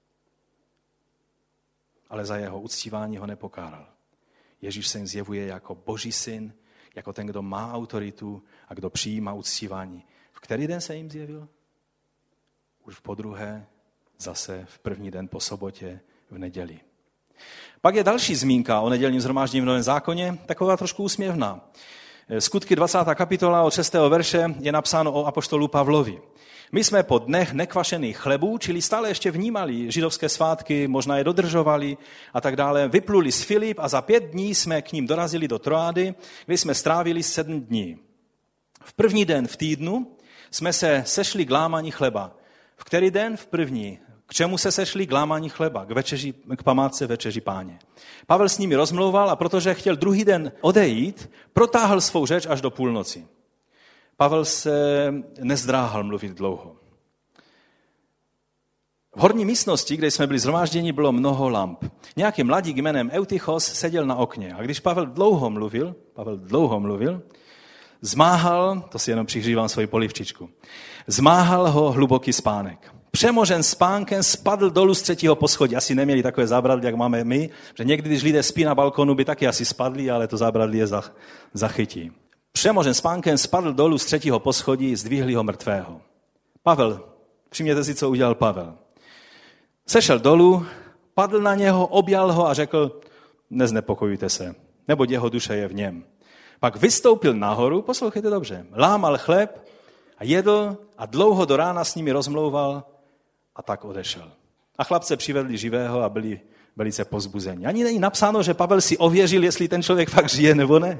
Ale za jeho uctívání ho nepokáral. Ježíš se jim zjevuje jako Boží syn, jako ten, kdo má autoritu a kdo přijímá uctívání. V který den se jim zjevil? Už podruhé, zase v první den po sobotě, v neděli. Pak je další zmínka o nedělním shromáždění v Novém zákoně, taková trošku úsměvná. Skutky 20. kapitola od 6. verše je napsáno o apoštolu Pavlovi. My jsme po dnech nekvašených chlebů, čili stále ještě vnímali židovské svátky, možná je dodržovali a tak dále. Vypluli z Filip a za 5 dní jsme k ním dorazili do Troády, kde jsme strávili 7 dní. V první den v týdnu jsme se sešli k lámání chleba. V který den? V první. K čemu se sešli? K lámání chleba, k památce večeři Páně. Pavel s nimi rozmlouval a protože chtěl druhý den odejít, protáhl svou řeč až do půlnoci. Pavel se nezdráhal mluvit dlouho. V horní místnosti, kde jsme byli shromážděni, bylo mnoho lamp. Nějaký mladík jménem Eutychos seděl na okně a když Pavel dlouho mluvil, Zmáhal, to si jenom přihřívám svoji polivčičku, zmáhal ho hluboký spánek. Přemožen spánkem spadl dolů z 3. poschodí. Asi neměli takové zábradlí, jak máme my, že někdy, když lidé spí na balkonu, by taky asi spadli, ale to zábradlí je zachytí. Přemožen spánkem spadl dolů z 3. poschodí, zdvihli ho mrtvého. Pavel, všimněte si, co udělal Pavel. Sešel dolů, padl na něho, objal ho a řekl, neznepokojujte se, neboť jeho duše je v něm. Pak vystoupil nahoru, poslouchejte dobře, lámal chléb a jedl a dlouho do rána s nimi rozmlouval a tak odešel. A chlapce přivedli živého a byli velice povzbuzeni. Ani není napsáno, že Pavel si ověřil, jestli ten člověk fakt žije nebo ne.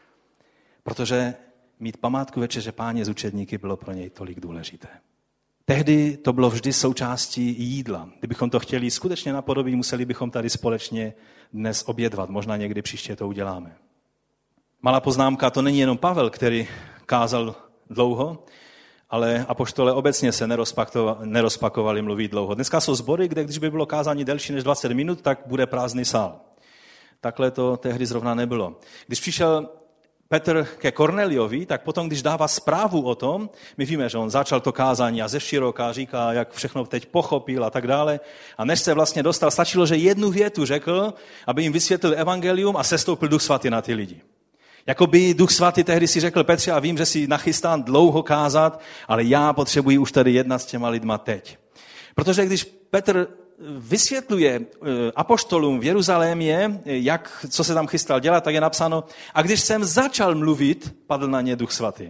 Protože mít památku Večeře Páně z učedníky bylo pro něj tolik důležité. Tehdy to bylo vždy součástí jídla. Kdybychom to chtěli skutečně napodobit, museli bychom tady společně dnes obědvat. Možná někdy příště to uděláme. Malá poznámka, to není jenom Pavel, který kázal dlouho, ale apoštole obecně se nerozpakovali mluvit dlouho. Dneska jsou sbory, kde když by bylo kázání delší než 20 minut, tak bude prázdný sál. Takhle to tehdy zrovna nebylo. Když přišel Petr ke Korneliovi, tak potom, když dává zprávu o tom, my víme, že on začal to kázání a ze široka říká, jak všechno teď pochopil a tak dále. A než se vlastně dostal, stačilo, že jednu větu řekl, aby jim vysvětlil evangelium a sestoupil Duch Svatý na ty lidi. Jakoby Duch Svatý tehdy si řekl, Petře, já vím, že jsi nachystán dlouho kázat, ale já potřebuji už tady jednat s těma lidma teď. Protože když Petr vysvětluje apoštolům v Jeruzalémě, co se tam chystal dělat, tak je napsáno, a když jsem začal mluvit, padl na ně Duch Svatý.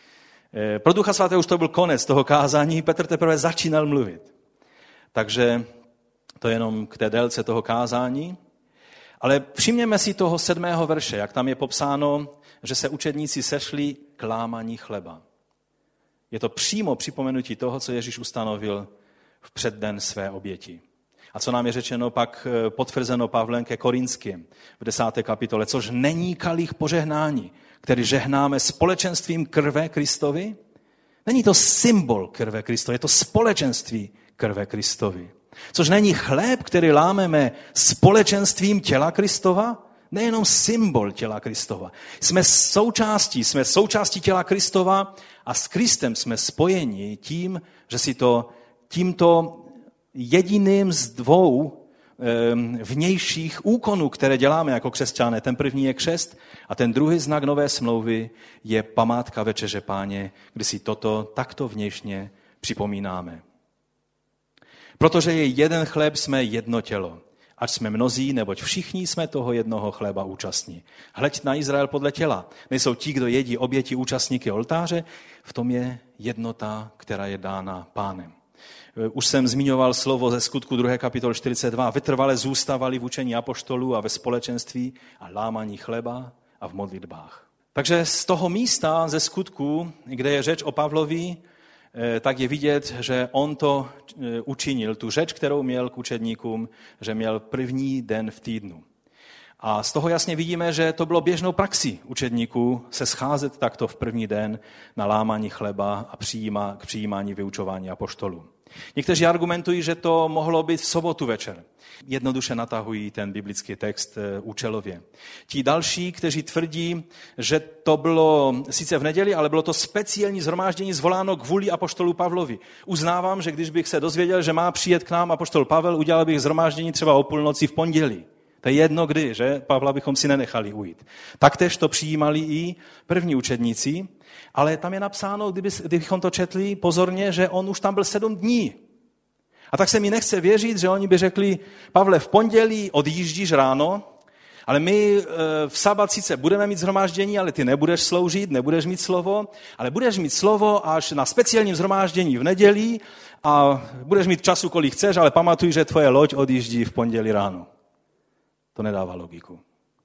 Pro Ducha Svatého už to byl konec toho kázání, Petr teprve začínal mluvit. Takže to jenom k té délce toho kázání. Ale všimněme si toho 7. verše, jak tam je popsáno, že se učedníci sešli k lámaní chleba. Je to přímo připomenutí toho, co Ježíš ustanovil v předden své oběti. A co nám je řečeno pak potvrzeno Pavlem ke Korinským v 10. kapitole, což není kalich požehnání, který žehnáme společenstvím krve Kristovi. Není to symbol krve Kristovi, je to společenství krve Kristovi. Což není chléb, který lámeme společenstvím těla Kristova, nejenom symbol těla Kristova. Jsme součástí těla Kristova a s Kristem jsme spojeni tím, že si to tímto jediným z 2 vnějších úkonů, které děláme jako křesťané. Ten první je křest a ten druhý znak nové smlouvy je památka Večeře Páně, kdy si toto takto vnějšně připomínáme. Protože je jeden chléb, jsme jedno tělo. Ať jsme mnozí, neboť všichni jsme toho jednoho chléba účastní. Hleď na Izrael podle těla. Nejsou ti, kdo jedí oběti účastníky oltáře, v tom je jednota, která je dána Pánem. Už jsem zmiňoval slovo ze Skutku 2. kapitol 42. Vytrvale zůstávali v učení apoštolů a ve společenství a lámaní chleba a v modlitbách. Takže z toho místa ze Skutku, kde je řeč o Pavlovi, tak je vidět, že on to učinil, tu řeč, kterou měl k učedníkům, že měl první den v týdnu. A z toho jasně vidíme, že to bylo běžnou praxí učedníků se scházet takto v první den na lámání chleba a k přijímání vyučování apoštolů. Někteří argumentují, že to mohlo být v sobotu večer. Jednoduše natahují ten biblický text účelově. Ti další, kteří tvrdí, že to bylo sice v neděli, ale bylo to speciální shromáždění zvoláno kvůli apoštolu Pavlovi. Uznávám, že když bych se dozvěděl, že má přijet k nám apoštol Pavel, udělal bych shromáždění třeba o půlnoci v pondělí. To je jedno kdy, že? Pavla bychom si nenechali ujít. Taktéž to přijímali i první učedníci, ale tam je napsáno, kdybychom to četli pozorně, že on už tam byl 7 dní. A tak se mi nechce věřit, že oni by řekli, Pavle, v pondělí odjíždíš ráno, ale my v sabat sice budeme mít shromáždění, ale ty nebudeš sloužit, nebudeš mít slovo, ale budeš mít slovo až na speciálním shromáždění v neděli a budeš mít času, kolik chceš, ale pamatuj, že tvoje loď odjíždí v pondělí ráno. To nedává logiku.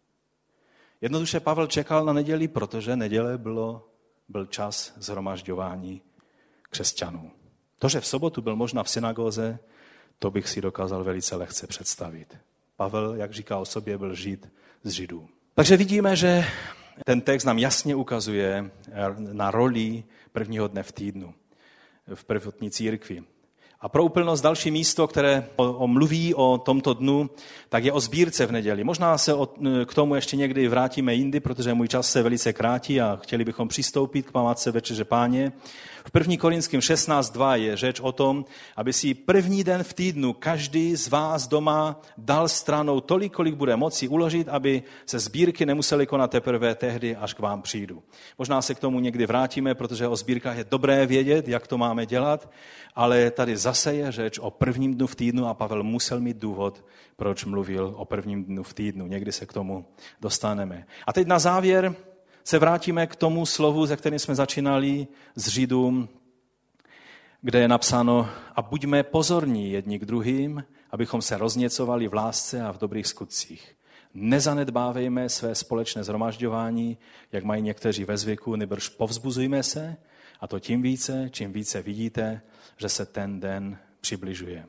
Jednoduše Pavel čekal na neděli, protože neděle byl čas shromažďování křesťanů. To, že v sobotu byl možná v synagóze, to bych si dokázal velice lehce představit. Pavel, jak říká o sobě, byl Žid z Židů. Takže vidíme, že ten text nám jasně ukazuje na roli prvního dne v týdnu v prvotní církvi. A pro úplnost další místo, které mluví o tomto dnu, tak je o sbírce v neděli. Možná se k tomu ještě někdy vrátíme jindy, protože můj čas se velice krátí a chtěli bychom přistoupit k památce Večeře Páně. V 1. Korinským 16.2 je řeč o tom, aby si první den v týdnu každý z vás doma dal stranou tolik, kolik bude moci uložit, aby se sbírky nemusely konat teprve tehdy, až k vám přijdu. Možná se k tomu někdy vrátíme, protože o sbírkách je dobré vědět, jak to máme dělat, ale tady zase je řeč o prvním dnu v týdnu a Pavel musel mít důvod, proč mluvil o prvním dnu v týdnu. Někdy se k tomu dostaneme. A teď na závěr se vrátíme k tomu slovu, ze kterým jsme začínali z Židům, kde je napsáno: a buďme pozorní jedni k druhým, abychom se rozněcovali v lásce a v dobrých skutcích. Nezanedbávejme své společné shromažďování, jak mají někteří ve zvyku, nýbrž povzbuzujme se, a to tím více, čím více vidíte, že se ten den přibližuje.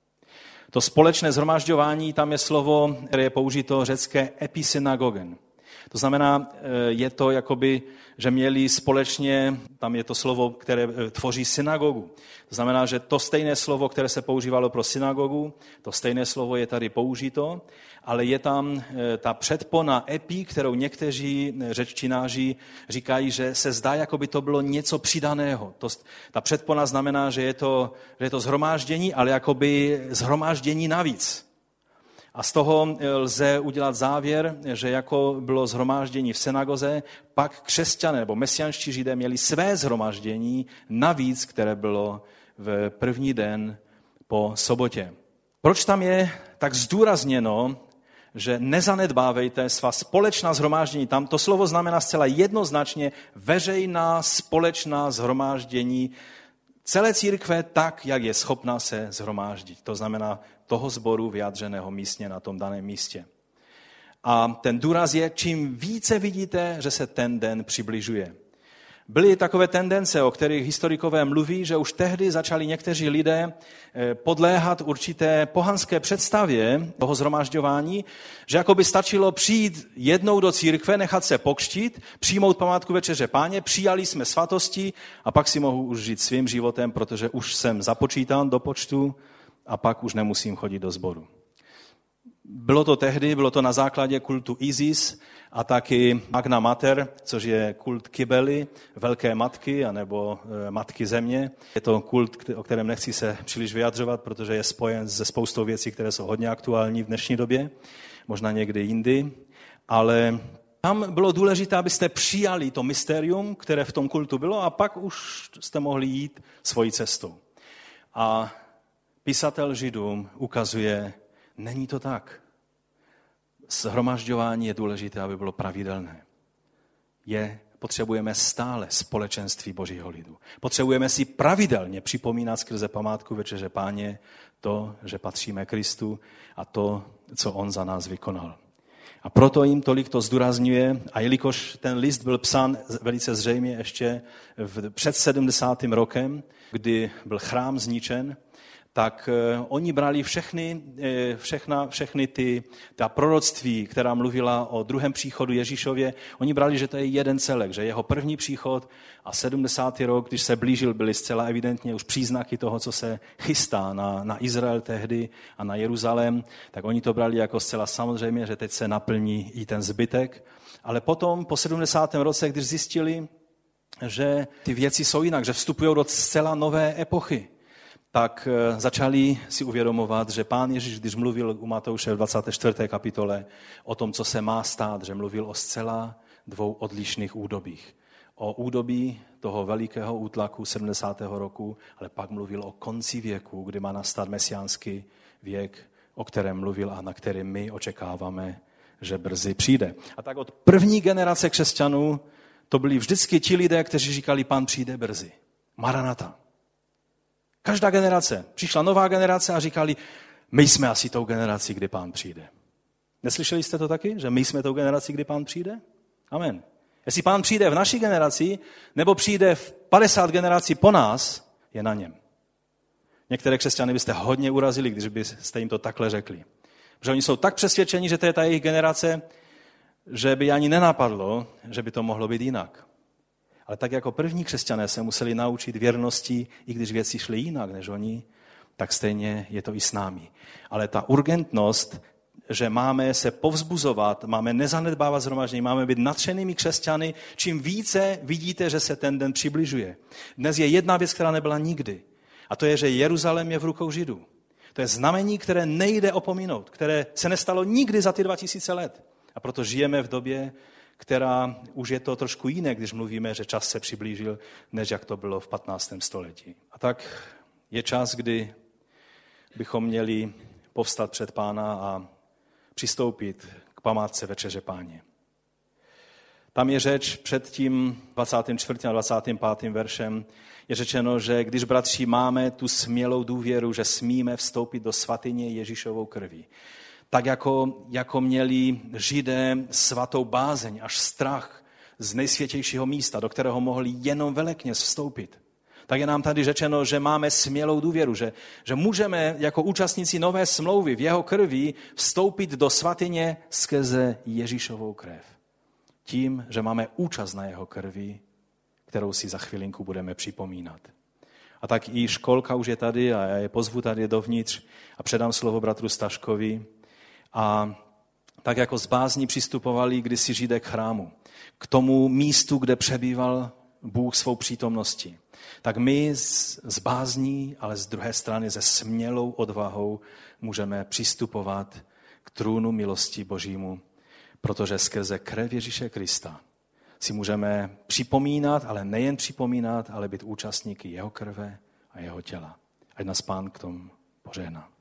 To společné shromažďování, tam je slovo, které je použito řecké episynagogen. To znamená, je to jakoby, že měli společně, tam je to slovo, které tvoří synagogu. To znamená, že to stejné slovo, které se používalo pro synagogu, to stejné slovo je tady použito, ale je tam ta předpona epi, kterou někteří řečtináři říkají, že se zdá, jako by to bylo něco přidaného. Ta předpona znamená, že je to shromáždění, ale jakoby shromáždění navíc. A z toho lze udělat závěr, že jako bylo shromáždění v synagoze, pak křesťané nebo mesianští Židé měli své shromáždění navíc, které bylo v první den po sobotě. Proč tam je tak zdůrazněno, že nezanedbávejte svá společná shromáždění? Tam to slovo znamená zcela jednoznačně veřejná společná shromáždění celé církve tak, jak je schopná se shromáždit. To znamená toho sboru vyjádřeného místně na tom daném místě. A ten důraz je, čím více vidíte, že se ten den přibližuje. Byly takové tendence, o kterých historikové mluví, že už tehdy začali někteří lidé podléhat určité pohanské představě toho shromažďování, že jako by stačilo přijít jednou do církve, nechat se pokřtít, přijmout památku Večeře Páně, přijali jsme svatosti a pak si mohu už žít svým životem, protože už jsem započítán do počtu a pak už nemusím chodit do sboru. Bylo to tehdy, bylo to na základě kultu Isis a taky Magna Mater, což je kult Kybely, velké matky, anebo matky země. Je to kult, o kterém nechci se příliš vyjadřovat, protože je spojen se spoustou věcí, které jsou hodně aktuální v dnešní době, možná někdy jindy, ale tam bylo důležité, abyste přijali to mystérium, které v tom kultu bylo, a pak už jste mohli jít svojí cestou. A písatel Židům ukazuje, není to tak. Shromažďování je důležité, aby bylo pravidelné. Potřebujeme stále společenství Božího lidu. Potřebujeme si pravidelně připomínat skrze památku Večeře Páně to, že patříme Kristu a to, co on za nás vykonal. A proto jim tolik to zdůrazňuje, a jelikož ten list byl psán velice zřejmě ještě před 70. rokem, kdy byl chrám zničen, tak oni brali všechny ta proroctví, která mluvila o druhém příchodu Ježíšově, oni brali, že to je jeden celek, že jeho první příchod a 70. rok, když se blížil, byly zcela evidentně už příznaky toho, co se chystá na Izrael tehdy a na Jeruzalém, tak oni to brali jako zcela samozřejmě, že teď se naplní i ten zbytek. Ale potom po 70. roce, když zjistili, že ty věci jsou jinak, že vstupují do zcela nové epochy, tak začali si uvědomovat, že Pán Ježíš, když mluvil u Matouše v 24. kapitole o tom, co se má stát, že mluvil o zcela dvou odlišných údobích. O údobí toho velikého útlaku 70. roku, ale pak mluvil o konci věku, kdy má nastat mesiánský věk, o kterém mluvil a na který my očekáváme, že brzy přijde. A tak od první generace křesťanů to byli vždycky ti lidé, kteří říkali, Pán přijde brzy. Maranata. Každá generace. Přišla nová generace a říkali, my jsme asi tou generací, kdy Pán přijde. Neslyšeli jste to taky, že my jsme tou generací, kdy Pán přijde? Amen. Jestli Pán přijde v naší generaci, nebo přijde v 50 generací po nás, je na něm. Některé křesťany byste hodně urazili, když byste jim to takhle řekli. Protože oni jsou tak přesvědčeni, že to je ta jejich generace, že by ani nenapadlo, že by to mohlo být jinak. Ale tak jako první křesťané se museli naučit věrnosti, i když věci šly jinak než oni, tak stejně je to i s námi. Ale ta urgentnost, že máme se povzbuzovat, máme nezanedbávat shromaždění, máme být nadšenými křesťany, čím více vidíte, že se ten den přibližuje. Dnes je jedna věc, která nebyla nikdy. A to je, že Jeruzalém je v rukou Židů. To je znamení, které nejde opominout, které se nestalo nikdy za ty 2000 let. A proto žijeme v době, která už je to trošku jiné, když mluvíme, že čas se přiblížil, než jak to bylo v 15. století. A tak je čas, kdy bychom měli povstat před Pána a přistoupit k památce Večeře Páně. Tam je řeč před tím 24. a 25. veršem, je řečeno, že když, bratři, máme tu smělou důvěru, že smíme vstoupit do svatyně Ježíšovou krví, tak jako měli Židé svatou bázeň, až strach z nejsvětějšího místa, do kterého mohli jenom velekněz vstoupit, tak je nám tady řečeno, že máme smělou důvěru, že můžeme jako účastníci nové smlouvy v jeho krvi vstoupit do svatyně skrze Ježíšovou krev. Tím, že máme účast na jeho krvi, kterou si za chvilinku budeme připomínat. A tak i školka už je tady a já je pozvu tady dovnitř a předám slovo bratru Staškovi. A tak jako z bázní přistupovali kdysi Židé k chrámu, k tomu místu, kde přebýval Bůh svou přítomností, tak my z bázní, ale z druhé strany se smělou odvahou můžeme přistupovat k trůnu milosti Božímu, protože skrze krev Ježíše Krista si můžeme připomínat, ale nejen připomínat, ale být účastníky jeho krve a jeho těla. Ať nás Pán k tomu požehná.